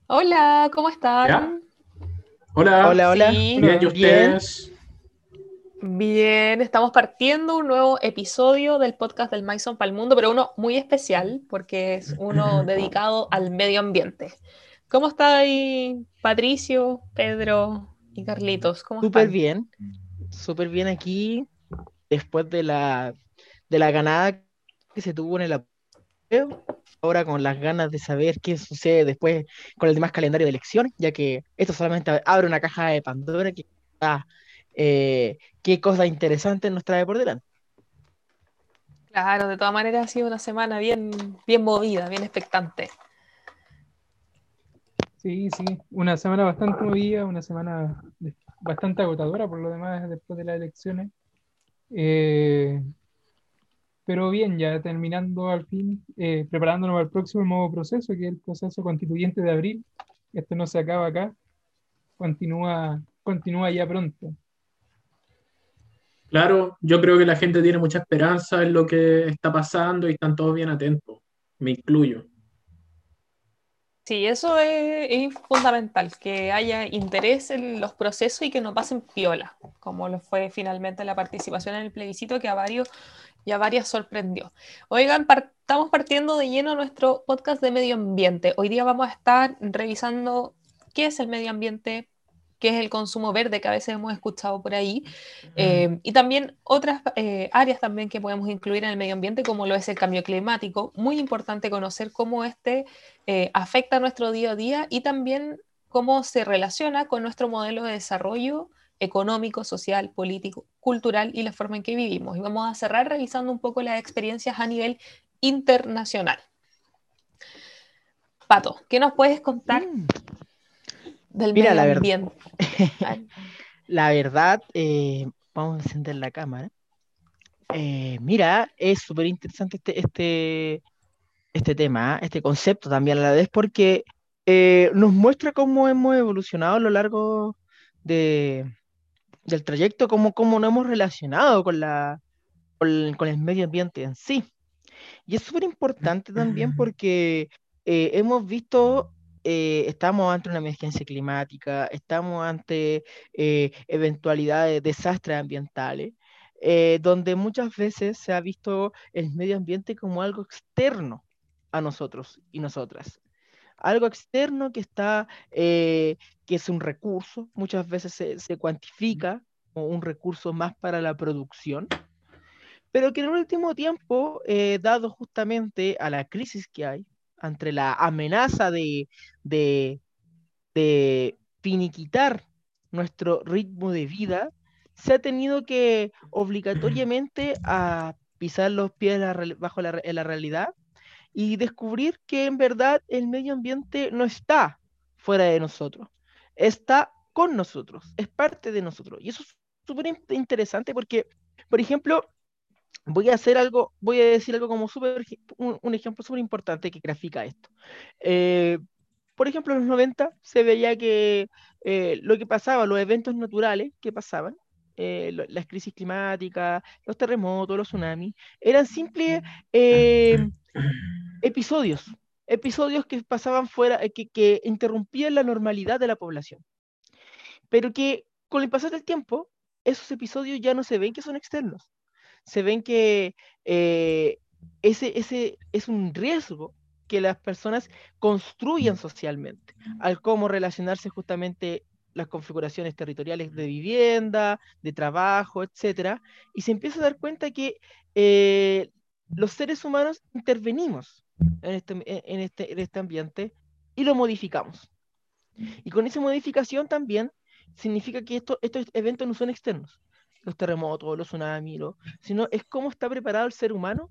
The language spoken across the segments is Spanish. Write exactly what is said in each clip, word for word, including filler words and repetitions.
Hola, ¿cómo ¿Ya? están? Hola, Hola, hola. Sí, bien, ¿y Hola. Bien. ustedes? bien, estamos partiendo un nuevo episodio del podcast del Maison para el Mundo, pero uno muy especial porque es uno dedicado al medio ambiente. ¿Cómo está ahí Patricio, Pedro y Carlitos? ¿Cómo Súper están? bien. Súper bien aquí. Después de la, de la ganada que se tuvo en el apogeo. Ahora con las ganas de saber qué sucede después con el demás calendario de elecciones, ya que esto solamente abre una caja de Pandora que ah, eh, qué cosas interesantes nos trae por delante. Claro, de todas maneras ha sido una semana bien, bien movida, bien expectante. Sí, sí, una semana bastante movida, una semana de- bastante agotadora por lo demás después de las elecciones. Eh, pero bien, ya terminando al fin, eh, preparándonos para el próximo nuevo proceso, que es el proceso constituyente de abril. Esto no se acaba acá, continúa, continúa ya pronto. Claro, yo creo que la gente tiene mucha esperanza en lo que está pasando y están todos bien atentos, me incluyo. Sí, eso es, es fundamental, que haya interés en los procesos y que no pasen piola, como lo fue finalmente la participación en el plebiscito, que a varios y a varias sorprendió. Oigan, par- estamos partiendo de lleno nuestro podcast de medio ambiente. Hoy día vamos a estar revisando qué es el medio ambiente, qué es el consumo verde, que a veces hemos escuchado por ahí, eh, y también otras eh, áreas también que podemos incluir en el medio ambiente, como lo es el cambio climático. Muy importante conocer cómo este eh, afecta a nuestro día a día y también cómo se relaciona con nuestro modelo de desarrollo económico, social, político, cultural y la forma en que vivimos. Y vamos a cerrar revisando un poco las experiencias a nivel internacional. Pato, ¿qué nos puedes contar Mm, del Mira, medio la verdad, ambiente? Ay, la verdad, eh, vamos a encender la cámara. Eh, mira, es súper interesante este, este, este tema, ¿ah? Este concepto también a la vez, porque eh, nos muestra cómo hemos evolucionado a lo largo de, del trayecto, cómo, cómo nos hemos relacionado con la, con, con el medio ambiente en sí. Y es súper importante también porque eh, hemos visto, eh, estamos ante una emergencia climática, estamos ante eh, eventualidades, desastres ambientales, eh, donde muchas veces se ha visto el medio ambiente como algo externo a nosotros y nosotras. Algo externo que está, eh, que es un recurso, muchas veces se, se cuantifica como un recurso más para la producción, pero que en el último tiempo, eh, dado justamente a la crisis que hay, entre la amenaza de, de, de finiquitar nuestro ritmo de vida, se ha tenido que obligatoriamente a pisar los pies la real- bajo la, re- en la realidad y descubrir que en verdad el medio ambiente no está fuera de nosotros, está con nosotros, es parte de nosotros. Y eso es súper in- interesante porque, por ejemplo, voy a hacer algo, voy a decir algo como súper, un, un ejemplo súper importante que grafica esto. Eh, por ejemplo, en los noventa se veía que eh, lo que pasaba, los eventos naturales que pasaban, eh, lo- las crisis climáticas, los terremotos, los tsunamis, eran simples eh, episodios, episodios que pasaban fuera, eh, que, que interrumpían la normalidad de la población, pero que con el pasar del tiempo, esos episodios ya no se ven que son externos, se ven que eh, ese, ese es un riesgo que las personas construyan socialmente, al cómo relacionarse justamente las configuraciones territoriales de vivienda, de trabajo, etcétera, y se empieza a dar cuenta que eh, los seres humanos intervenimos en este, en este, en este ambiente y lo modificamos. Y con esa modificación también significa que esto, estos eventos no son externos, los terremotos, los tsunamis, lo- sino es cómo está preparado el ser humano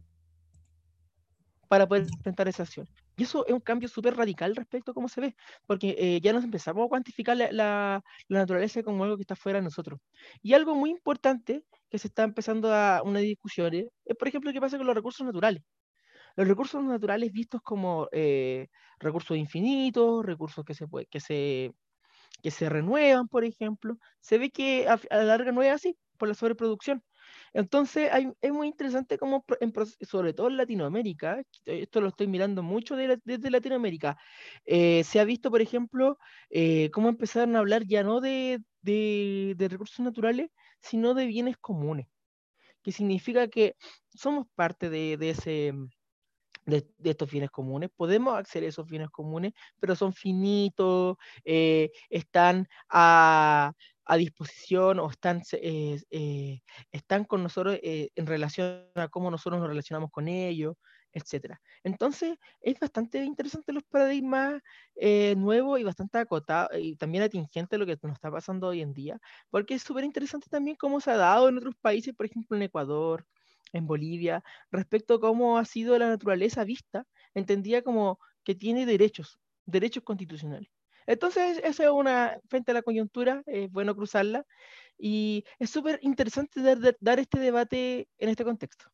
para poder enfrentar esa acción. Y eso es un cambio súper radical respecto a cómo se ve, porque eh, ya nos empezamos a cuantificar la, la- la naturaleza como algo que está fuera de nosotros. Y algo muy importante que se está empezando a una discusión es, es, por ejemplo, qué pasa con los recursos naturales. Los recursos naturales vistos como eh, recursos infinitos, recursos que se, puede, que se que se renuevan, por ejemplo, se ve que a, a la larga no es así por la sobreproducción. Entonces, hay, es muy interesante cómo, pro- en proce- sobre todo en Latinoamérica, esto lo estoy mirando mucho de la- desde Latinoamérica, eh, se ha visto, por ejemplo, eh, cómo empezaron a hablar ya no de, de, de recursos naturales, sino de bienes comunes, que significa que somos parte de, de ese, de, de estos bienes comunes, podemos acceder a esos bienes comunes, pero son finitos, eh, están a, a disposición o están, se- eh, eh, están con nosotros eh, en relación a cómo nosotros nos relacionamos con ellos, etcétera. Entonces, es bastante interesante los paradigmas eh, nuevos y bastante acotado y también atingente a lo que nos está pasando hoy en día, porque es súper interesante también cómo se ha dado en otros países, por ejemplo en Ecuador, en Bolivia, respecto a cómo ha sido la naturaleza vista, entendía como que tiene derechos, derechos constitucionales. Entonces, esa es una, frente a la coyuntura, es bueno cruzarla, y es súper interesante dar, dar- dar este debate en este contexto.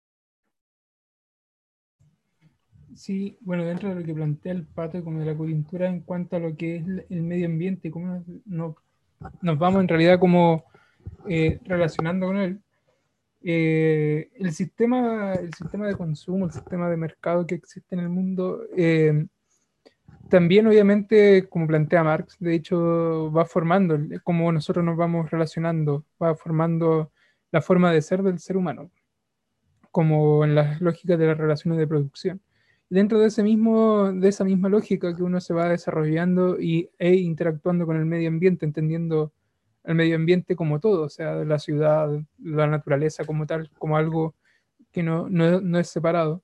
Sí, bueno, dentro de lo que plantea el Pato, como de la coyuntura en cuanto a lo que es el medio ambiente, cómo nos, no- nos vamos en realidad como eh, relacionando con él. Eh, el sistema, el sistema de consumo, el sistema de mercado que existe en el mundo, eh, también obviamente, como plantea Marx, de hecho va formando el- cómo nosotros nos vamos relacionando, va formando la forma de ser del ser humano, como en las lógicas de las relaciones de producción. Y dentro de ese mismo, de esa misma lógica que uno se va desarrollando y, e interactuando con el medio ambiente, entendiendo el medio ambiente como todo, o sea, la ciudad, la naturaleza como tal, como algo que no, no, no es separado.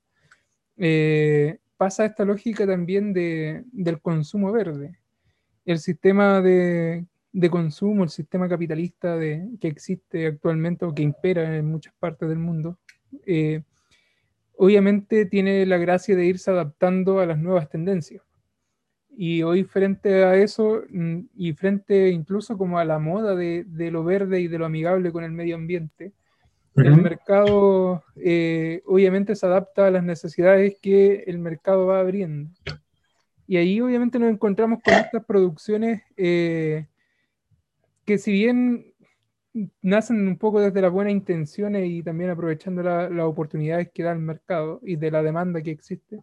Eh, pasa esta lógica también de, del consumo verde. El sistema de, de consumo, el sistema capitalista de, que existe actualmente o que impera en muchas partes del mundo, eh, obviamente tiene la gracia de irse adaptando a las nuevas tendencias. Y hoy frente a eso, mm, y frente incluso como a la moda de, de lo verde y de lo amigable con el medio ambiente, el Ujú. mercado eh, obviamente se adapta a las necesidades que el mercado va abriendo. Y ahí obviamente nos encontramos con estas producciones eh, que si bien nacen un poco desde las buenas intenciones y también aprovechando la- las oportunidades que da el mercado y de la demanda que existe,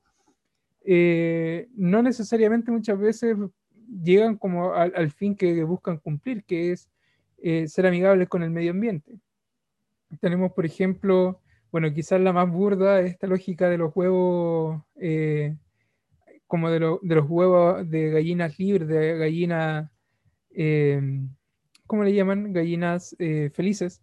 eh, no necesariamente muchas veces llegan como al, al fin que buscan cumplir, que es eh, ser amigables con el medio ambiente. Tenemos, por ejemplo, bueno, quizás la más burda, esta lógica de los huevos, eh, como de, lo- de los huevos de gallinas libres, de gallinas, eh, ¿cómo le llaman? Gallinas eh, felices.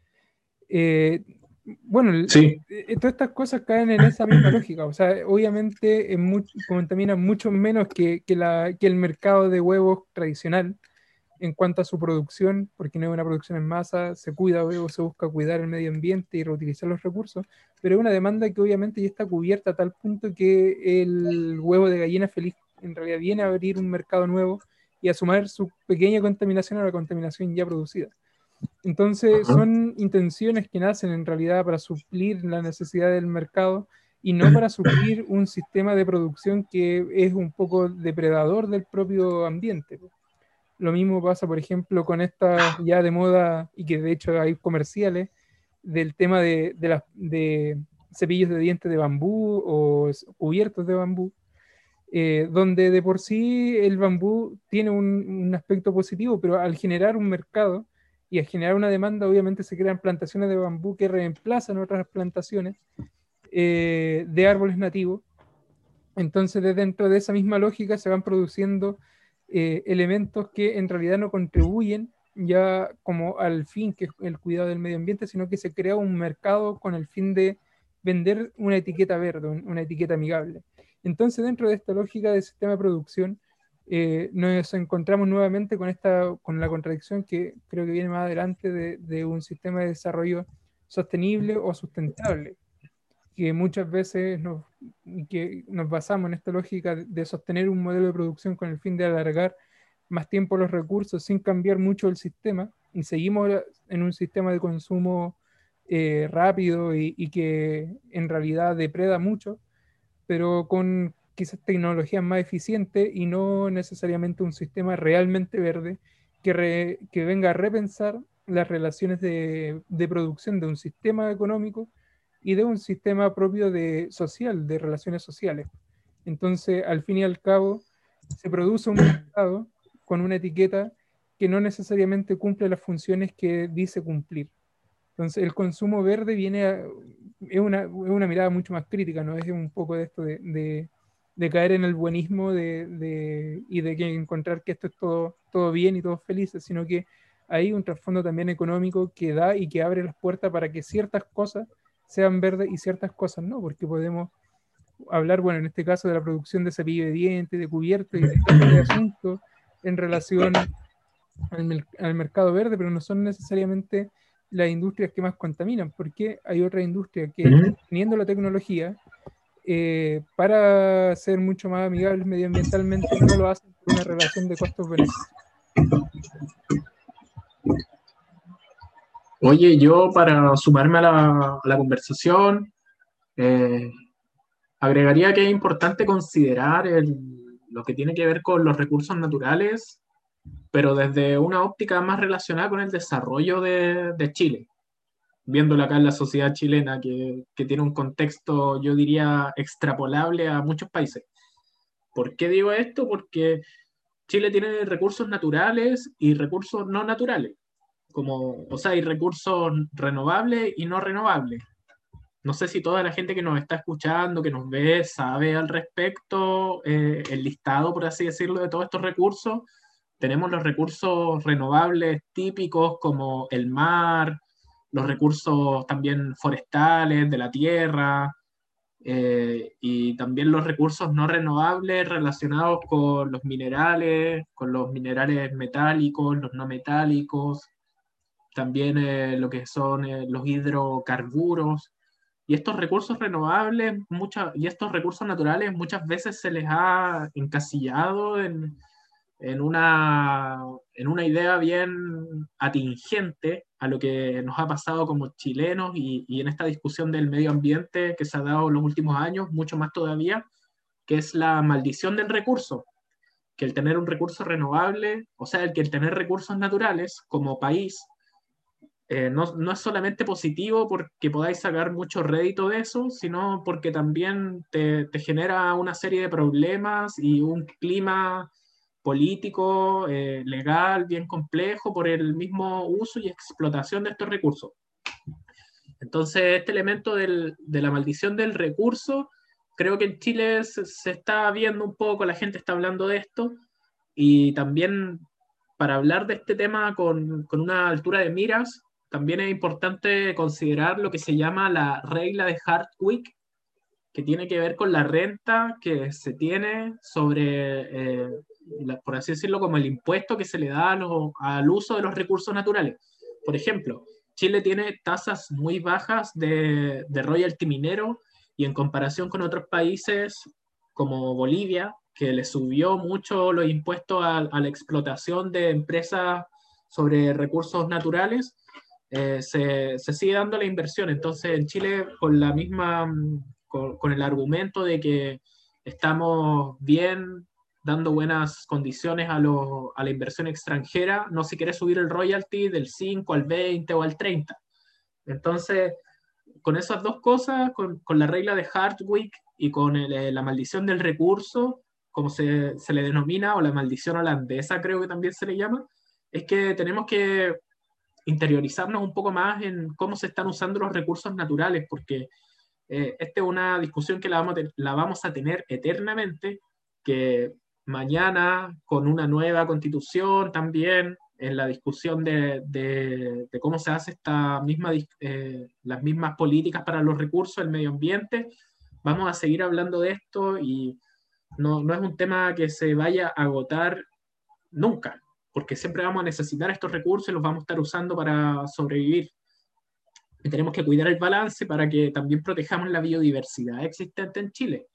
Eh, bueno, el- Sí, eh, todas estas cosas caen en esa misma lógica. O sea, obviamente es mu- contaminan mucho menos que, que, la, que el mercado de huevos tradicional en cuanto a su producción, porque no es una producción en masa, se cuida o se busca cuidar el medio ambiente y reutilizar los recursos, pero es una demanda que obviamente ya está cubierta a tal punto que el huevo de gallina feliz en realidad viene a abrir un mercado nuevo y a sumar su pequeña contaminación a la contaminación ya producida. Entonces ajá. son intenciones que nacen en realidad para suplir la necesidad del mercado y no para suplir un sistema de producción que es un poco depredador del propio ambiente. Lo mismo pasa, por ejemplo, con estas ya de moda y que de hecho hay comerciales del tema de, de, las- de cepillos de dientes de bambú o s- cubiertos de bambú, eh, donde de por sí el bambú tiene un, un aspecto positivo, pero al generar un mercado y al generar una demanda, obviamente se crean plantaciones de bambú que reemplazan otras plantaciones eh, de árboles nativos. Entonces, de dentro de esa misma lógica se van produciendo eh, elementos que en realidad no contribuyen ya como al fin que es el cuidado del medio ambiente, sino que se crea un mercado con el fin de vender una etiqueta verde, un- una etiqueta amigable. Entonces, dentro de esta lógica del sistema de producción, eh, nos encontramos nuevamente con esta, con la contradicción que creo que viene más adelante de, de un sistema de desarrollo sostenible o sustentable que muchas veces nos, que nos basamos en esta lógica de, de sostener un modelo de producción con el fin de alargar más tiempo los recursos sin cambiar mucho el sistema y seguimos en un sistema de consumo eh, rápido y, y que en realidad depreda mucho, pero con quizás tecnologías más eficientes y no necesariamente un sistema realmente verde que, re, que venga a repensar las relaciones de, de producción de un sistema económico y de un sistema propio de social, de relaciones sociales. Entonces, al fin y al cabo, se produce un mercado con una etiqueta que no necesariamente cumple las funciones que dice cumplir. Entonces, el consumo verde viene a, es, una, es una mirada mucho más crítica, ¿no? Es un poco de esto de, de, de caer en el buenismo de, de, y de que encontrar que esto es todo, todo bien y todos felices, sino que hay un trasfondo también económico que da y que abre las puertas para que ciertas cosas sean verdes y ciertas cosas no, porque podemos hablar, bueno, en este caso de la producción de cepillo de dientes, de cubiertos y de asuntos en relación al, al mercado verde, pero no son necesariamente las industrias que más contaminan, porque hay otra industria que, Ujú. teniendo la tecnología, eh, para ser mucho más amigables medioambientalmente, no lo hacen por una relación de costos-beneficios. Oye, yo para sumarme a la, a la conversación, eh, agregaría que es importante considerar el- lo que tiene que ver con los recursos naturales, pero desde una óptica más relacionada con el desarrollo de, de Chile, viéndolo acá en la sociedad chilena, que, que tiene un contexto, yo diría, extrapolable a muchos países. ¿Por qué digo esto? Porque Chile tiene recursos naturales y recursos no naturales, como, o sea, hay recursos renovables y no renovables. No sé si toda la gente que nos está escuchando, que nos ve, sabe al respecto eh, el listado, por así decirlo, de todos estos recursos. Tenemos los recursos renovables típicos como el mar, los recursos también forestales de la tierra, eh, y también los recursos no renovables relacionados con los minerales, con los minerales metálicos, los no metálicos, también eh, lo que son eh, los hidrocarburos. Y estos recursos renovables muchas, y estos recursos naturales muchas veces se les ha encasillado en, en una, en una idea bien atingente a lo que nos ha pasado como chilenos y, y en esta discusión del medio ambiente que se ha dado en los últimos años, mucho más todavía, que es la maldición del recurso, que el tener un recurso renovable, o sea, el que el tener recursos naturales como país, eh, no, no es solamente positivo porque podáis sacar mucho rédito de eso, sino porque también te, te genera una serie de problemas y un clima político, eh, legal, bien complejo por el mismo uso y explotación de estos recursos. Entonces, este elemento del, de la maldición del recurso, creo que en Chile se, se está viendo un poco, la gente está hablando de esto, y también para hablar de este tema con, con una altura de miras, también es importante considerar lo que se llama la regla de Hardwick, que tiene que ver con la renta que se tiene sobre, eh, la- por así decirlo, como el impuesto que se le da a los- al uso de los recursos naturales. Por ejemplo, Chile tiene tasas muy bajas de, de royalty minero y en comparación con otros países como Bolivia, que le subió mucho los impuestos a, a la explotación de empresas sobre recursos naturales, eh, se, se sigue dando la inversión. Entonces, en Chile, con la misma, con, con el argumento de que estamos bien dando buenas condiciones a, lo, a la inversión extranjera, no se quiere subir el royalty del cinco al veinte o al treinta. Entonces, con esas dos cosas, con, con la regla de Hardwick y con el, eh, la maldición del recurso, como se, se le denomina, o la maldición holandesa creo que también se le llama, es que tenemos que interiorizarnos un poco más en cómo se están usando los recursos naturales, porque eh, esta es una discusión que la vamos, a la vamos a tener eternamente, que mañana con una nueva constitución también, en la discusión de, de, de cómo se hace esta misma, eh, las mismas políticas para los recursos, el medio ambiente, vamos a seguir hablando de esto y no, no es un tema que se vaya a agotar nunca, porque siempre vamos a necesitar estos recursos y los vamos a estar usando para sobrevivir. Y tenemos que cuidar el balance para que también protejamos la biodiversidad existente en Chile.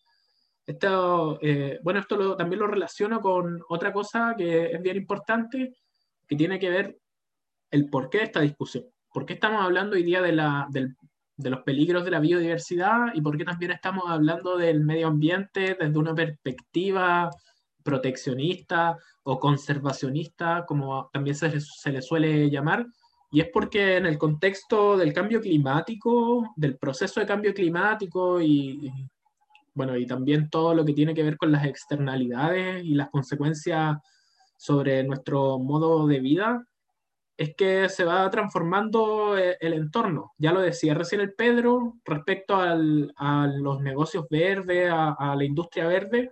Esto, eh, bueno, esto lo, también lo relaciono con otra cosa que es bien importante, que tiene que ver el porqué de esta discusión. ¿Por qué estamos hablando hoy día de, la, del, de los peligros de la biodiversidad y por qué también estamos hablando del medio ambiente desde una perspectiva proteccionista o conservacionista, como también se, se le suele llamar? y es porque en el contexto del cambio climático, del proceso de cambio climático y, y, bueno, y también todo lo que tiene que ver con las externalidades y las consecuencias sobre nuestro modo de vida, es que se va transformando el, el entorno. Ya lo decía recién el Pedro, respecto al, a los negocios verdes, a, a la industria verde,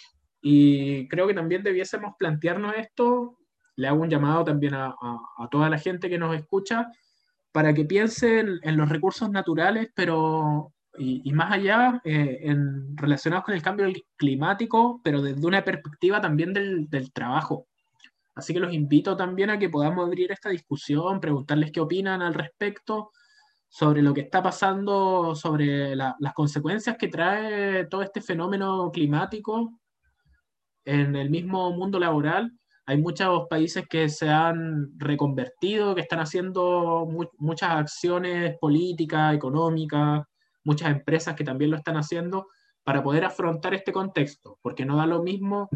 y creo que también debiésemos plantearnos esto. Le hago un llamado también a, a, a toda la gente que nos escucha para que piensen en los recursos naturales, pero y, y más allá, eh, en, relacionados con el cambio climático, pero desde una perspectiva también del, del trabajo. Así que los invito también a que podamos abrir esta discusión, preguntarles qué opinan al respecto sobre lo que está pasando, sobre la, las consecuencias que trae todo este fenómeno climático en el mismo mundo laboral. Hay muchos países que se han reconvertido, que están haciendo mu muchas acciones políticas, económicas, muchas empresas que también lo están haciendo para poder afrontar este contexto, porque no da lo mismo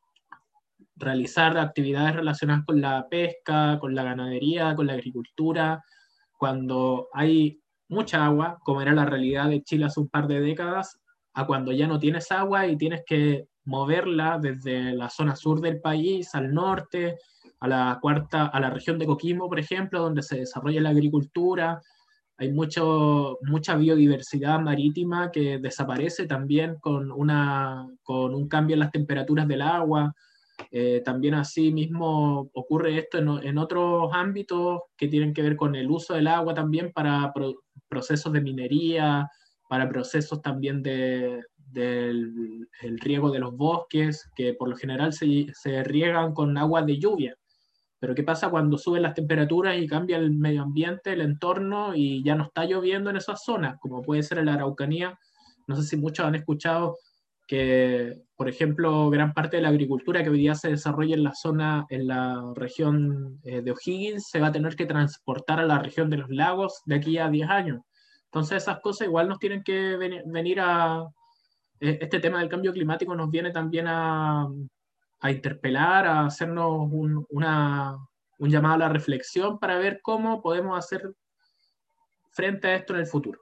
realizar actividades relacionadas con la pesca, con la ganadería, con la agricultura, cuando hay mucha agua, como era la realidad de Chile hace un par de décadas, a cuando ya no tienes agua y tienes que moverla desde la zona sur del país al norte, a la cuarta, a la región de Coquimbo, por ejemplo, donde se desarrolla la agricultura. Hay mucho, mucha biodiversidad marítima que desaparece también con, una, con un cambio en las temperaturas del agua. Eh, también así mismo ocurre esto en, en, otros ámbitos que tienen que ver con el uso del agua también para pro, procesos de minería, para procesos también de, del el riego de los bosques, que por lo general se, se riegan con agua de lluvia. Pero ¿qué pasa cuando suben las temperaturas y cambia el medio ambiente, el entorno, y ya no está lloviendo en esas zonas, como puede ser en la Araucanía? No sé si muchos han escuchado que, por ejemplo, gran parte de la agricultura que hoy día se desarrolla en la zona, en la región eh, de O'Higgins, se va a tener que transportar a la región de los lagos de aquí a diez años. Entonces esas cosas igual nos tienen que ven venir a... Eh, este tema del cambio climático nos viene también a, a interpelar, a hacernos un, una, un llamado a la reflexión para ver cómo podemos hacer frente a esto en el futuro.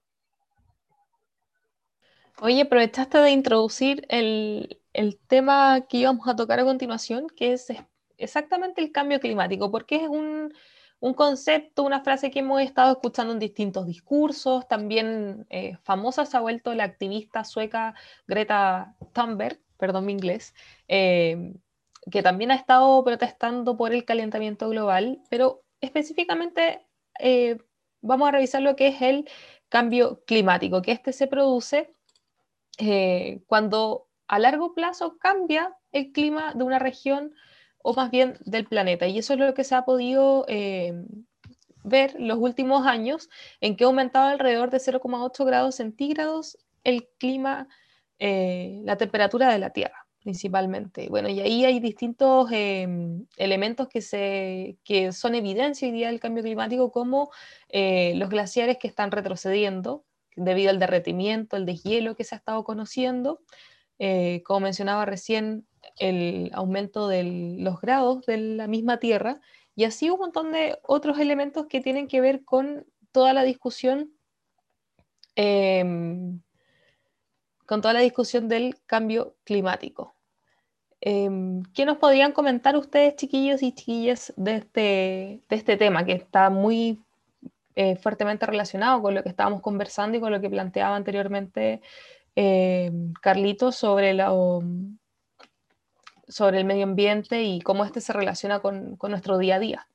Oye, aprovechaste de introducir el, el tema que íbamos a tocar a continuación, que es exactamente el cambio climático, porque es un, un concepto, una frase que hemos estado escuchando en distintos discursos. También eh, famosa se ha vuelto la activista sueca Greta Thunberg, perdón mi inglés, eh, que también ha estado protestando por el calentamiento global, pero específicamente eh, vamos a revisar lo que es el cambio climático, que este se produce eh, cuando a largo plazo cambia el clima de una región o más bien del planeta. Y eso es lo que se ha podido eh, ver los últimos años, en que ha aumentado alrededor de cero coma ocho grados centígrados el clima, eh, la temperatura de la Tierra principalmente. Bueno, y ahí hay distintos eh, elementos que, se, que son evidencia hoy día del cambio climático, como eh, los glaciares que están retrocediendo debido al derretimiento, el deshielo que se ha estado conociendo, eh, como mencionaba recién, el aumento de los grados de la misma Tierra, y así un montón de otros elementos que tienen que ver con toda la discusión eh, con toda la discusión del cambio climático. Eh, ¿Qué nos podrían comentar ustedes, chiquillos y chiquillas, de este, de este tema que está muy eh, fuertemente relacionado con lo que estábamos conversando y con lo que planteaba anteriormente eh, Carlitos sobre, la, um, sobre el medio ambiente y cómo este se relaciona con, con nuestro día a día?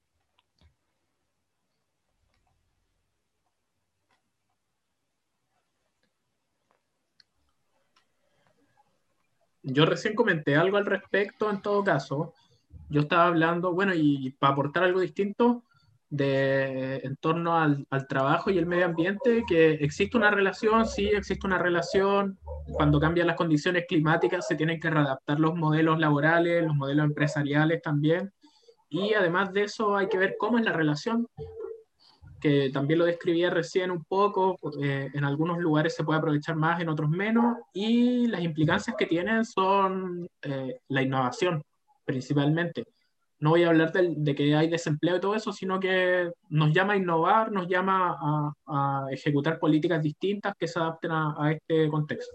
Yo recién comenté algo al respecto, en todo caso. Yo estaba hablando, bueno, y, y para aportar algo distinto de, en torno al, al trabajo y el medio ambiente, que existe una relación, sí, existe una relación. Cuando cambian las condiciones climáticas se tienen que readaptar los modelos laborales, los modelos empresariales también. Y además de eso hay que ver cómo es la relación, que también lo describía recién un poco, eh, en algunos lugares se puede aprovechar más, en otros menos, y las implicancias que tienen son eh, la innovación, principalmente. no voy a hablar de, de que hay desempleo y todo eso, sino que nos llama a innovar, nos llama a, a ejecutar políticas distintas que se adapten a, a este contexto.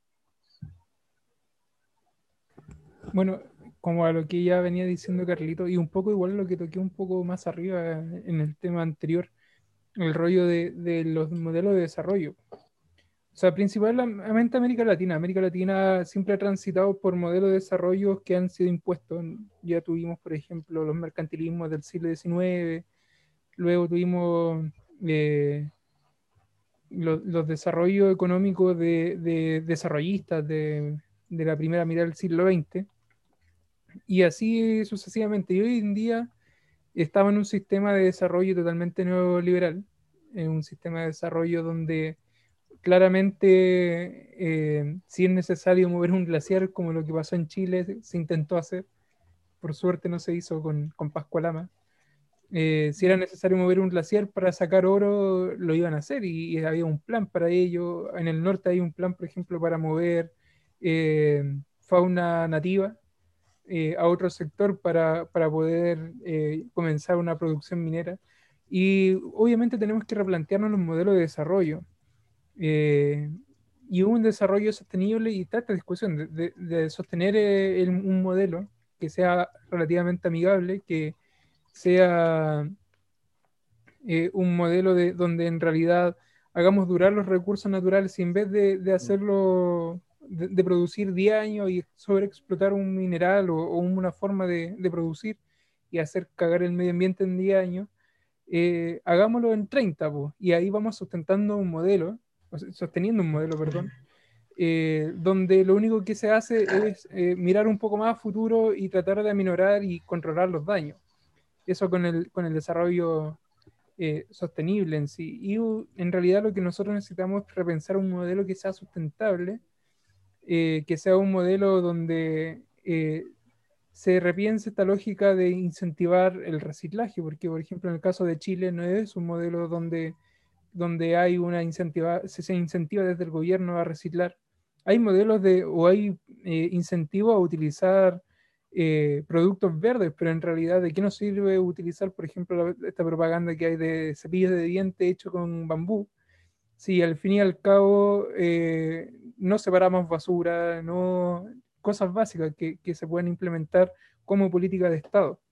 Bueno, como a lo que ya venía diciendo Carlito, y un poco igual a lo que toqué un poco más arriba en el tema anterior, el rollo de, de los modelos de desarrollo. O sea, principalmente América Latina. América Latina siempre ha transitado por modelos de desarrollo que han sido impuestos. Ya tuvimos, por ejemplo, los mercantilismos del siglo diecinueve, luego tuvimos eh, los, los desarrollos económicos de, de desarrollistas de, de la primera mitad del siglo veinte, y así sucesivamente. Y hoy en día estamos en un sistema de desarrollo totalmente neoliberal, en un sistema de desarrollo donde claramente, eh, si es necesario mover un glaciar, como lo que pasó en Chile, se, se intentó hacer, por suerte no se hizo con, con Pascua Lama. Eh, si era necesario mover un glaciar para sacar oro, lo iban a hacer, y, y había un plan para ello. En el norte hay un plan, por ejemplo, para mover eh, fauna nativa eh, a otro sector para, para poder eh, comenzar una producción minera. Y obviamente tenemos que replantearnos los modelos de desarrollo. Eh, y un desarrollo sostenible, y está esta discusión de, de, de sostener eh, el, un modelo que sea relativamente amigable, que sea eh, un modelo de, donde en realidad hagamos durar los recursos naturales, y en vez de, de hacerlo, de, de, producir diez años y sobreexplotar un mineral o, o una forma de, de, producir y hacer cagar el medio ambiente en diez años, eh, hagámoslo en treinta, pues, y ahí vamos sustentando un modelo, o sea, sosteniendo un modelo, perdón, eh, donde lo único que se hace es eh, mirar un poco más a futuro y tratar de aminorar y controlar los daños. Eso con el, con el desarrollo eh, sostenible en sí. Y uh, en realidad lo que nosotros necesitamos es repensar un modelo que sea sustentable, eh, que sea un modelo donde eh, se repiense esta lógica de incentivar el reciclaje, porque por ejemplo en el caso de Chile no es un modelo donde, donde hay una incentiva, se, se incentiva desde el gobierno a reciclar. Hay modelos de, o hay eh, incentivos a utilizar eh, productos verdes, pero en realidad, ¿de qué nos sirve utilizar, por ejemplo, la, esta propaganda que hay de cepillos de diente hecho con bambú? Si al fin y al cabo eh, no separamos basura, no, cosas básicas que, que se pueden implementar como política de Estado.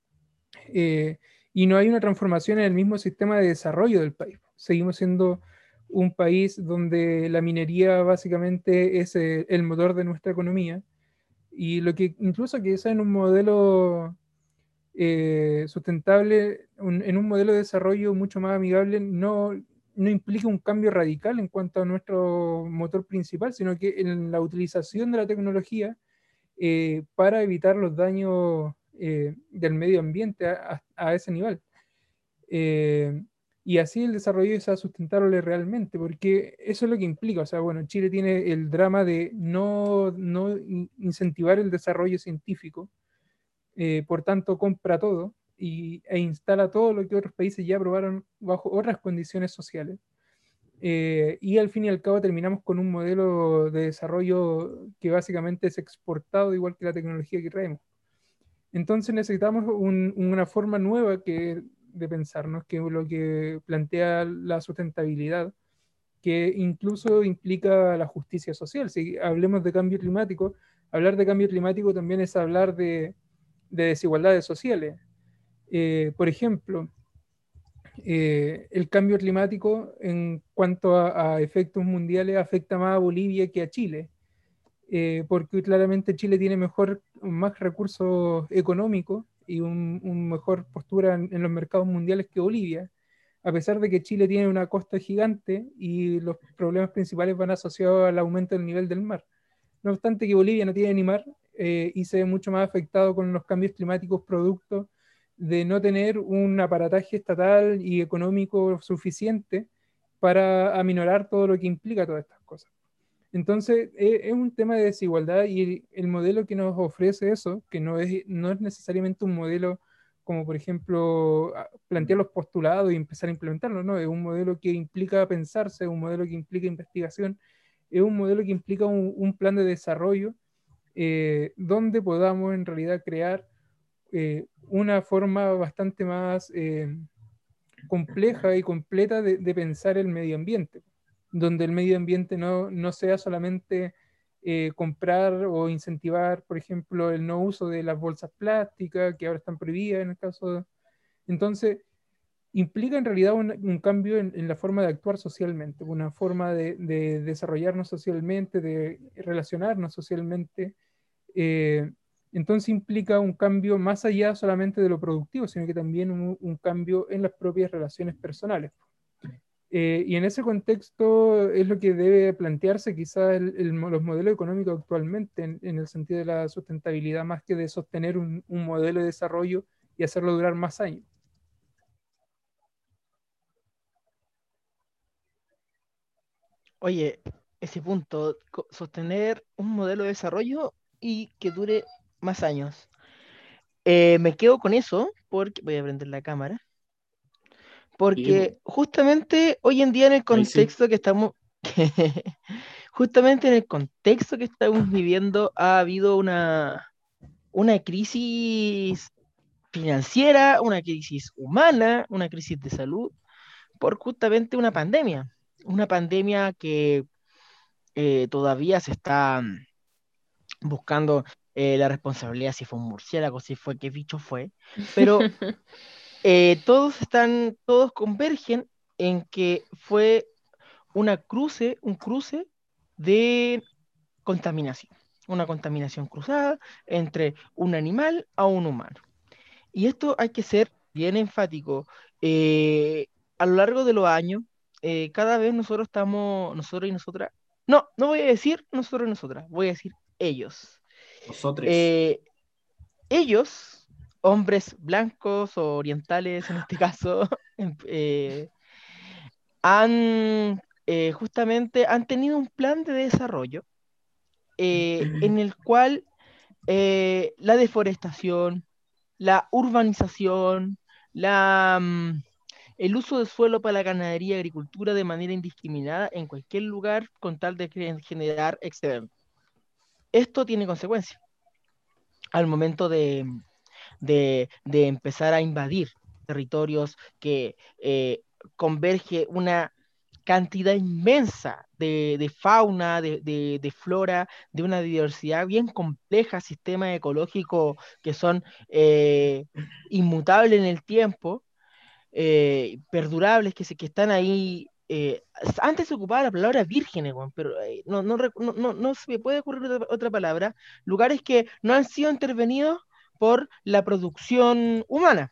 Eh, y no hay una transformación en el mismo sistema de desarrollo del país. Seguimos siendo un país donde la minería básicamente es eh, el motor de nuestra economía, y lo que incluso que sea en un modelo eh, sustentable, un, en un modelo de desarrollo mucho más amigable, no, no implica un cambio radical en cuanto a nuestro motor principal, sino que en la utilización de la tecnología eh, para evitar los daños eh, del medio ambiente a, a, a ese nivel. Eh, y así el desarrollo sea sustentable realmente, porque eso es lo que implica. O sea, bueno, Chile tiene el drama de no, no incentivar el desarrollo científico, eh, por tanto compra todo y, e instala todo lo que otros países ya aprobaron bajo otras condiciones sociales. Eh, y al fin y al cabo terminamos con un modelo de desarrollo que básicamente es exportado igual que la tecnología que traemos. Entonces necesitamos un, una forma nueva que, de pensarnos, que es lo que plantea la sustentabilidad, que incluso implica la justicia social. Si hablemos de cambio climático, hablar de cambio climático también es hablar de, de desigualdades sociales. Eh, por ejemplo, eh, el cambio climático en cuanto a, a efectos mundiales afecta más a Bolivia que a Chile. Eh, porque claramente Chile tiene mejor, más recursos económicos y un, un mejor postura en, en, los mercados mundiales que Bolivia, a pesar de que Chile tiene una costa gigante y los problemas principales van asociados al aumento del nivel del mar. No obstante que Bolivia no tiene ni mar eh, y se ve mucho más afectado con los cambios climáticos producto de no tener un aparataje estatal y económico suficiente para aminorar todo lo que implica todas estas cosas. Entonces, es un tema de desigualdad, y el modelo que nos ofrece eso, que no es, no es necesariamente un modelo como, por ejemplo, plantear los postulados y empezar a implementarlo, no, es un modelo que implica pensarse, un modelo que implica investigación, es un modelo que implica un, un plan de desarrollo eh, donde podamos en realidad crear eh, una forma bastante más eh, compleja y completa de, de pensar el medio ambiente, donde el medio ambiente no, no sea solamente eh, comprar o incentivar, por ejemplo, el no uso de las bolsas plásticas, que ahora están prohibidas en el caso de... Entonces, implica en realidad un, un cambio en, en la forma de actuar socialmente, una forma de, de desarrollarnos socialmente, de relacionarnos socialmente. eh, entonces implica un cambio más allá solamente de lo productivo, sino que también un, un cambio en las propias relaciones personales. Eh, y en ese contexto es lo que debe plantearse quizás el, el, los modelos económicos actualmente, en, en, el sentido de la sustentabilidad, más que de sostener un, un modelo de desarrollo y hacerlo durar más años. Oye, ese punto, co- sostener un modelo de desarrollo y que dure más años. Eh, me quedo con eso porque voy a prender la cámara. Sí, Porque po. justamente hoy en día en el Ahí sí. contexto que estamos, justamente en el contexto que estamos viviendo ha habido una, una crisis financiera, una crisis humana, una crisis de salud, por justamente una pandemia. Una pandemia que eh, todavía se está mm, buscando eh, la responsabilidad, si fue un murciélago, si fue qué bicho fue, pero eh, todos están, todos convergen en que fue una cruce, un cruce de contaminación, una contaminación cruzada entre un animal a un humano. Y esto hay que ser bien enfático. Eh, a lo largo de los años, eh, cada vez nosotros estamos, nosotros y nosotras, no, no voy a decir nosotros y nosotras, voy a decir ellos. Nosotros. Eh, ellos, hombres blancos o orientales en este caso, em- eh, han eh, justamente han tenido un plan de desarrollo eh, en el cual eh, la deforestación, la urbanización, la, mm, el uso de suelo para la ganadería y agricultura de manera indiscriminada en cualquier lugar con tal de cre- generar excedentes. Esto tiene consecuencias al momento de, de, de empezar a invadir territorios que eh, converge una cantidad inmensa de, de fauna, de, de, de flora, de una diversidad bien compleja, sistemas ecológicos que son eh, inmutables en el tiempo, eh, perdurables, que, se, que están ahí. Eh, antes se ocupaba la palabra vírgenes, weón, pero eh, no, no, rec- no, no, no se me puede ocurrir otra, otra palabra. Lugares que no han sido intervenidos por la producción humana.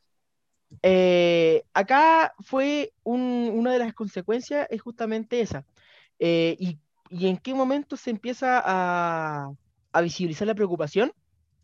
Eh, acá fue un- una de las consecuencias es justamente esa. Eh, y, y en qué momento se empieza a, a visibilizar la preocupación?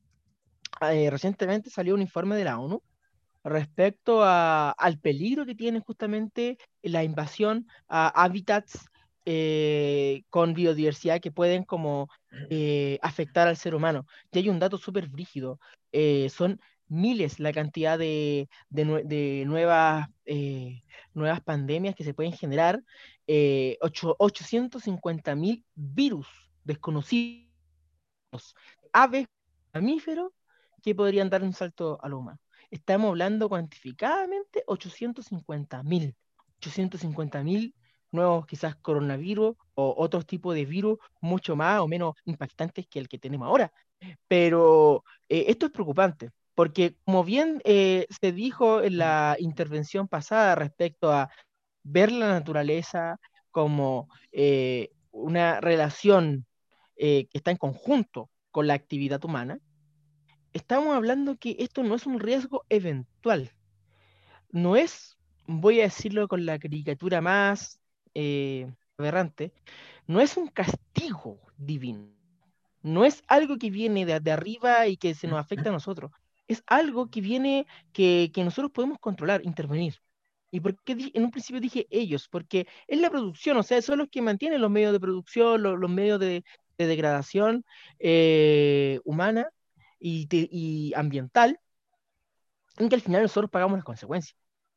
Eh, recientemente salió un informe de la ONU respecto a- al peligro que tiene justamente la invasión a hábitats eh, con biodiversidad que pueden como eh, afectar al ser humano. Y hay un dato súper brígido, eh, son miles la cantidad de, de nue- de nuevas, eh, nuevas pandemias que se pueden generar, eh, ocho- ochocientos cincuenta mil virus desconocidos, aves, mamíferos que podrían dar un salto a lo humano. Estamos hablando cuantificadamente ochocientos cincuenta mil, ochocientos cincuenta mil nuevos quizás coronavirus o otros tipos de virus mucho más o menos impactantes que el que tenemos ahora. Pero eh, esto es preocupante, porque como bien eh, se dijo en la intervención pasada respecto a ver la naturaleza como eh, una relación eh, que está en conjunto con la actividad humana, estamos hablando que esto no es un riesgo eventual, no es, voy a decirlo con la caricatura más eh, aberrante, no es un castigo divino, no es algo que viene de, de arriba y que se nos afecta a nosotros, es algo que viene que, que nosotros podemos controlar, intervenir. ¿Y por qué di- en un principio dije ellos? Porque es la producción, o sea, son los que mantienen los medios de producción, lo- los, medios de, de degradación eh, humana y, te- y ambiental, en que al final nosotros pagamos las consecuencias.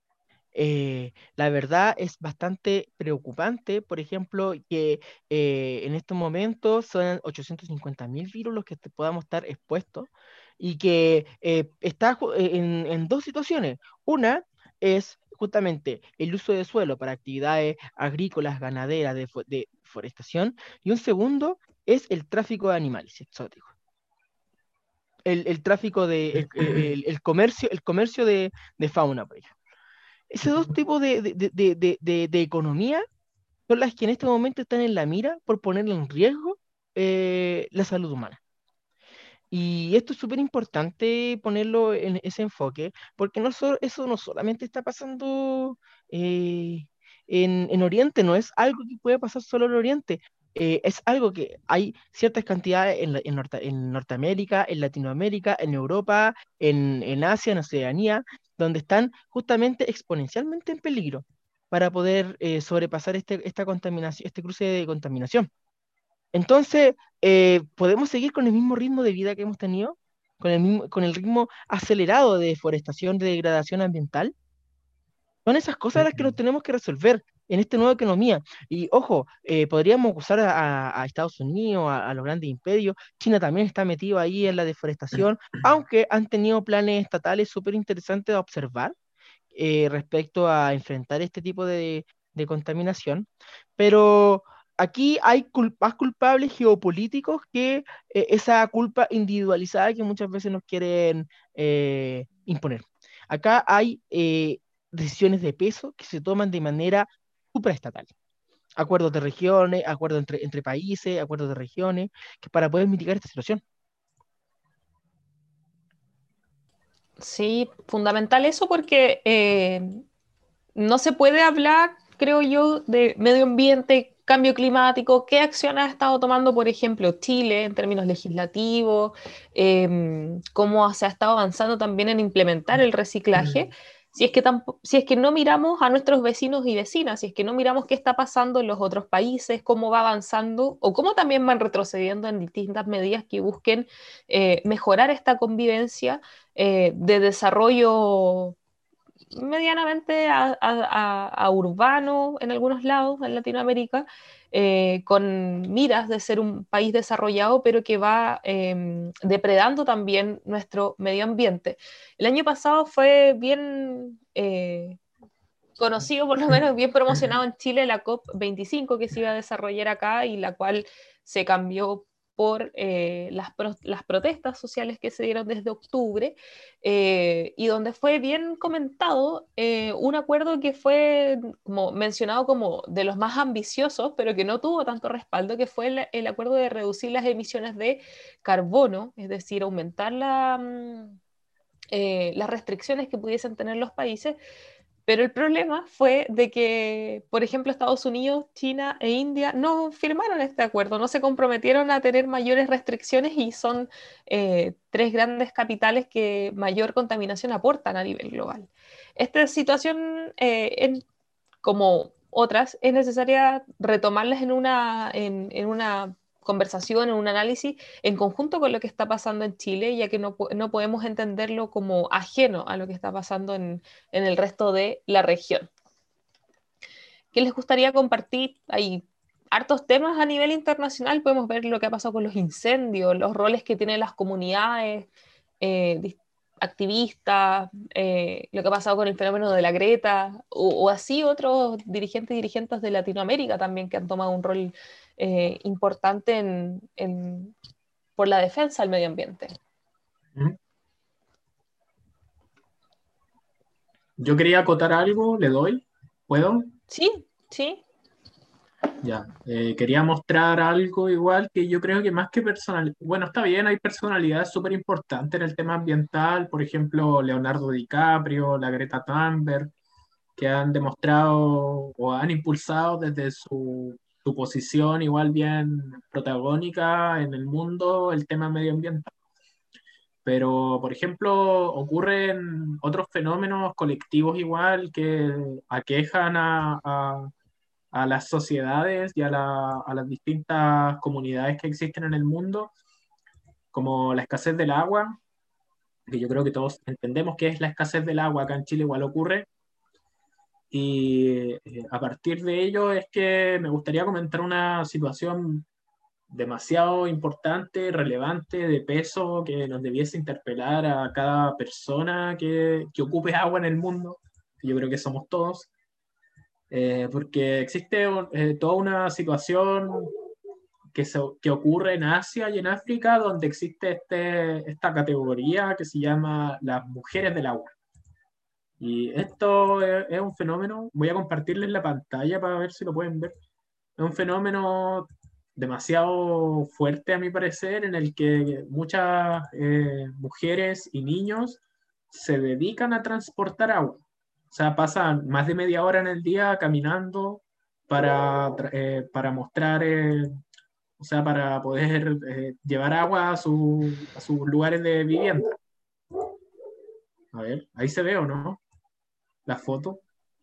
Eh, la verdad es bastante preocupante, por ejemplo, que eh, en estos momentos son ochocientos cincuenta mil virus los que te- podamos estar expuestos y que eh, está ju- en, en dos situaciones. Una es justamente el uso de suelo para actividades agrícolas, ganaderas, de, fo- de forestación, y un segundo es el tráfico de animales exóticos. El, el tráfico de, el, el- el comercio, el comercio de, de fauna, por ejemplo. Esos dos tipos de, de, de, de, de- de- de economía son las que en este momento están en la mira por poner en riesgo eh, la salud humana. Y esto es súper importante ponerlo en ese enfoque, porque no so- eso no solamente está pasando eh, en, en Oriente, no es algo que puede pasar solo en Oriente, eh, es algo que hay ciertas cantidades en, la- en Norte- en Norteamérica, en Latinoamérica, en Europa, en, en Asia, en Oceanía, donde están justamente exponencialmente en peligro para poder eh, sobrepasar este, esta contaminación, este cruce de contaminación. Entonces, eh, ¿podemos seguir con el mismo ritmo de vida que hemos tenido? ¿Con el mismo, con el ritmo acelerado de deforestación, de degradación ambiental? Son esas cosas las que nos tenemos que resolver en esta nueva economía. Y ojo, eh, podríamos acusar a, a- a Estados Unidos, a, a los grandes imperios. China también está metido ahí en la deforestación, aunque han tenido planes estatales súper interesantes a observar eh, respecto a enfrentar este tipo de, de contaminación, pero aquí hay cul- más culpables geopolíticos que eh, esa culpa individualizada que muchas veces nos quieren eh, imponer. Acá hay eh, decisiones de peso que se toman de manera supraestatal. Acuerdos de regiones, acuerdos entre, entre países, acuerdos de regiones, que para poder mitigar esta situación. Sí, fundamental eso porque eh, no se puede hablar, creo yo, de medio ambiente, cambio climático, qué acciones ha estado tomando, por ejemplo, Chile en términos legislativos, eh, cómo se ha estado avanzando también en implementar el reciclaje. Si es, que tampo- si es que no miramos a nuestros vecinos y vecinas, si es que no miramos qué está pasando en los otros países, cómo va avanzando o cómo también van retrocediendo en distintas medidas que busquen eh, mejorar esta convivencia eh, de desarrollo medianamente a, a- a- a urbano en algunos lados en Latinoamérica, eh, con miras de ser un país desarrollado, pero que va eh, depredando también nuestro medio ambiente. El año pasado fue bien eh, conocido, por lo menos bien promocionado en Chile, la COP veinticinco que se iba a desarrollar acá y la cual se cambió por eh, las, pro las, protestas sociales que se dieron desde octubre eh, y donde fue bien comentado eh, un acuerdo que fue como mencionado como de los más ambiciosos, pero que no tuvo tanto respaldo, que fue el, el acuerdo de reducir las emisiones de carbono, es decir, aumentar la, mm, eh, las restricciones que pudiesen tener los países, pero el problema fue de que, por ejemplo, Estados Unidos, China e India no firmaron este acuerdo, no se comprometieron a tener mayores restricciones y son eh, tres grandes capitales que mayor contaminación aportan a nivel global. Esta situación, eh, en, como otras, es necesaria retomarlas en una, en, en una conversación, en un análisis en conjunto con lo que está pasando en Chile, ya que no, no podemos entenderlo como ajeno a lo que está pasando en, en el resto de la región. ¿Qué les gustaría compartir? Hay hartos temas a nivel internacional, podemos ver lo que ha pasado con los incendios, los roles que tienen las comunidades, eh, activistas, eh, lo que ha pasado con el fenómeno de la Greta, o, o así otros dirigentes y dirigentes de Latinoamérica también que han tomado un rol eh, importante en, en, por la defensa del medio ambiente. Yo quería acotar algo, ¿le doy? ¿Puedo? Sí, sí. Ya, eh, quería mostrar algo igual que yo creo que más que personal, bueno, está bien, hay personalidades súper importantes en el tema ambiental, por ejemplo, Leonardo DiCaprio, la Greta Thunberg, que han demostrado o han impulsado desde su, su posición igual bien protagónica en el mundo el tema medioambiental. Pero, por ejemplo, ocurren otros fenómenos colectivos igual que aquejan a, a- a las sociedades y a, la- a las distintas comunidades que existen en el mundo, como la escasez del agua, que yo creo que todos entendemos que es la escasez del agua, acá en Chile igual ocurre. Y eh, a partir de ello es que me gustaría comentar una situación demasiado importante, relevante, de peso, que nos debiese interpelar a cada persona que, que ocupe agua en el mundo, que yo creo que somos todos, eh, porque existe eh, toda una situación que, se, que ocurre en Asia y en África, donde existe este, esta categoría que se llama las mujeres del agua. Y esto es, es un fenómeno, voy a compartirles la pantalla para ver si lo pueden ver. Es un fenómeno demasiado fuerte, a mi parecer, en el que muchas eh, mujeres y niños se dedican a transportar agua. O sea, pasan más de media hora en el día caminando para, eh, para mostrar, eh, o sea, para poder eh, llevar agua a, su, a sus lugares de vivienda. A ver, ahí se ve o no la foto.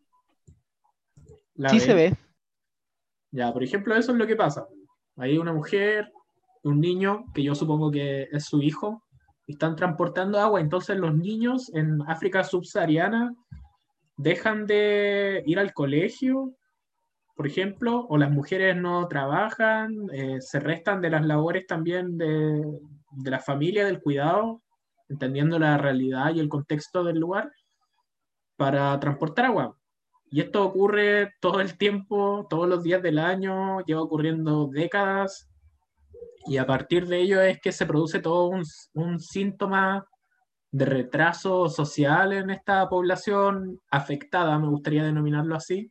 ¿La Sí se ven? ve. Ya, por ejemplo, eso es lo que pasa. Hay una mujer, un niño, que yo supongo que es su hijo, y están transportando agua. Entonces los niños en África subsahariana dejan de ir al colegio, por ejemplo, o las mujeres no trabajan, eh, se restan de las labores también de, de la familia, del cuidado, entendiendo la realidad y el contexto del lugar, para transportar agua. Y esto ocurre todo el tiempo, todos los días del año, lleva ocurriendo décadas, y a partir de ello es que se produce todo un, un síntoma de retraso social en esta población afectada, me gustaría denominarlo así,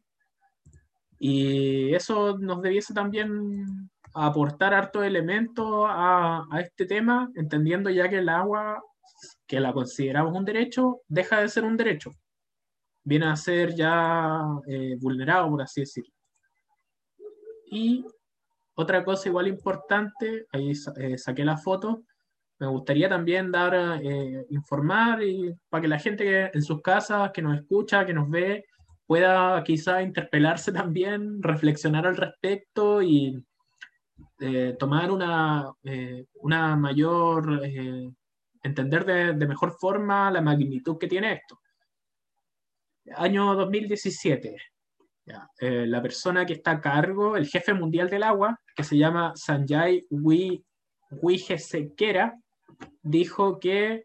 y eso nos debiese también aportar harto elemento a, a este tema, entendiendo ya que el agua, que la consideramos un derecho, deja de ser un derecho, viene a ser ya eh, vulnerado, por así decirlo. Y otra cosa igual importante, ahí eh, saqué la foto, me gustaría también dar, eh, informar y para que la gente que en sus casas, que nos escucha, que nos ve, pueda quizá interpelarse también, reflexionar al respecto y eh, tomar una, eh, una mayor, eh, entender de, de mejor forma la magnitud que tiene esto. Año dos mil diecisiete. Ya, eh, la persona que está a cargo, el jefe mundial del agua, que se llama Sanjay Wijesekera, dijo que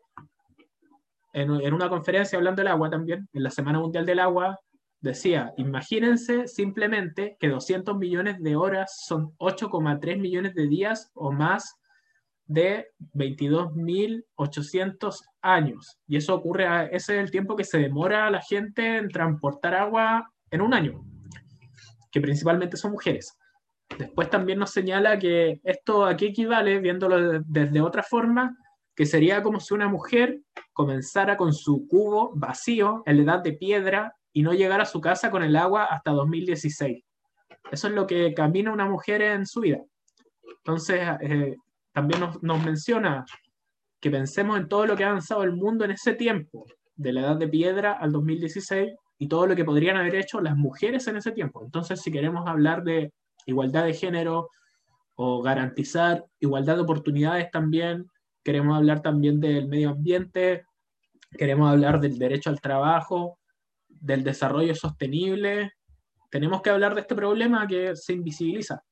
en, en una conferencia hablando del agua también, en la Semana Mundial del Agua, decía, imagínense simplemente que doscientos millones de horas son ocho coma tres millones de días o más de veintidós mil ochocientos años. Y eso ocurre, a, ese es el tiempo que se demora la gente en transportar agua en un año, que principalmente son mujeres. Después también nos señala que esto aquí equivale, viéndolo desde otra forma, que sería como si una mujer comenzara con su cubo vacío en la edad de piedra y no llegara a su casa con el agua hasta dos mil dieciséis. Eso es lo que camina una mujer en su vida. Entonces, eh, también nos, nos menciona que pensemos en todo lo que ha avanzado el mundo en ese tiempo, de la edad de piedra al dos mil dieciséis, y todo lo que podrían haber hecho las mujeres en ese tiempo. Entonces, si queremos hablar de igualdad de género o garantizar igualdad de oportunidades también, queremos hablar también del medio ambiente, queremos hablar del derecho al trabajo, del desarrollo sostenible, tenemos que hablar de este problema que se invisibiliza.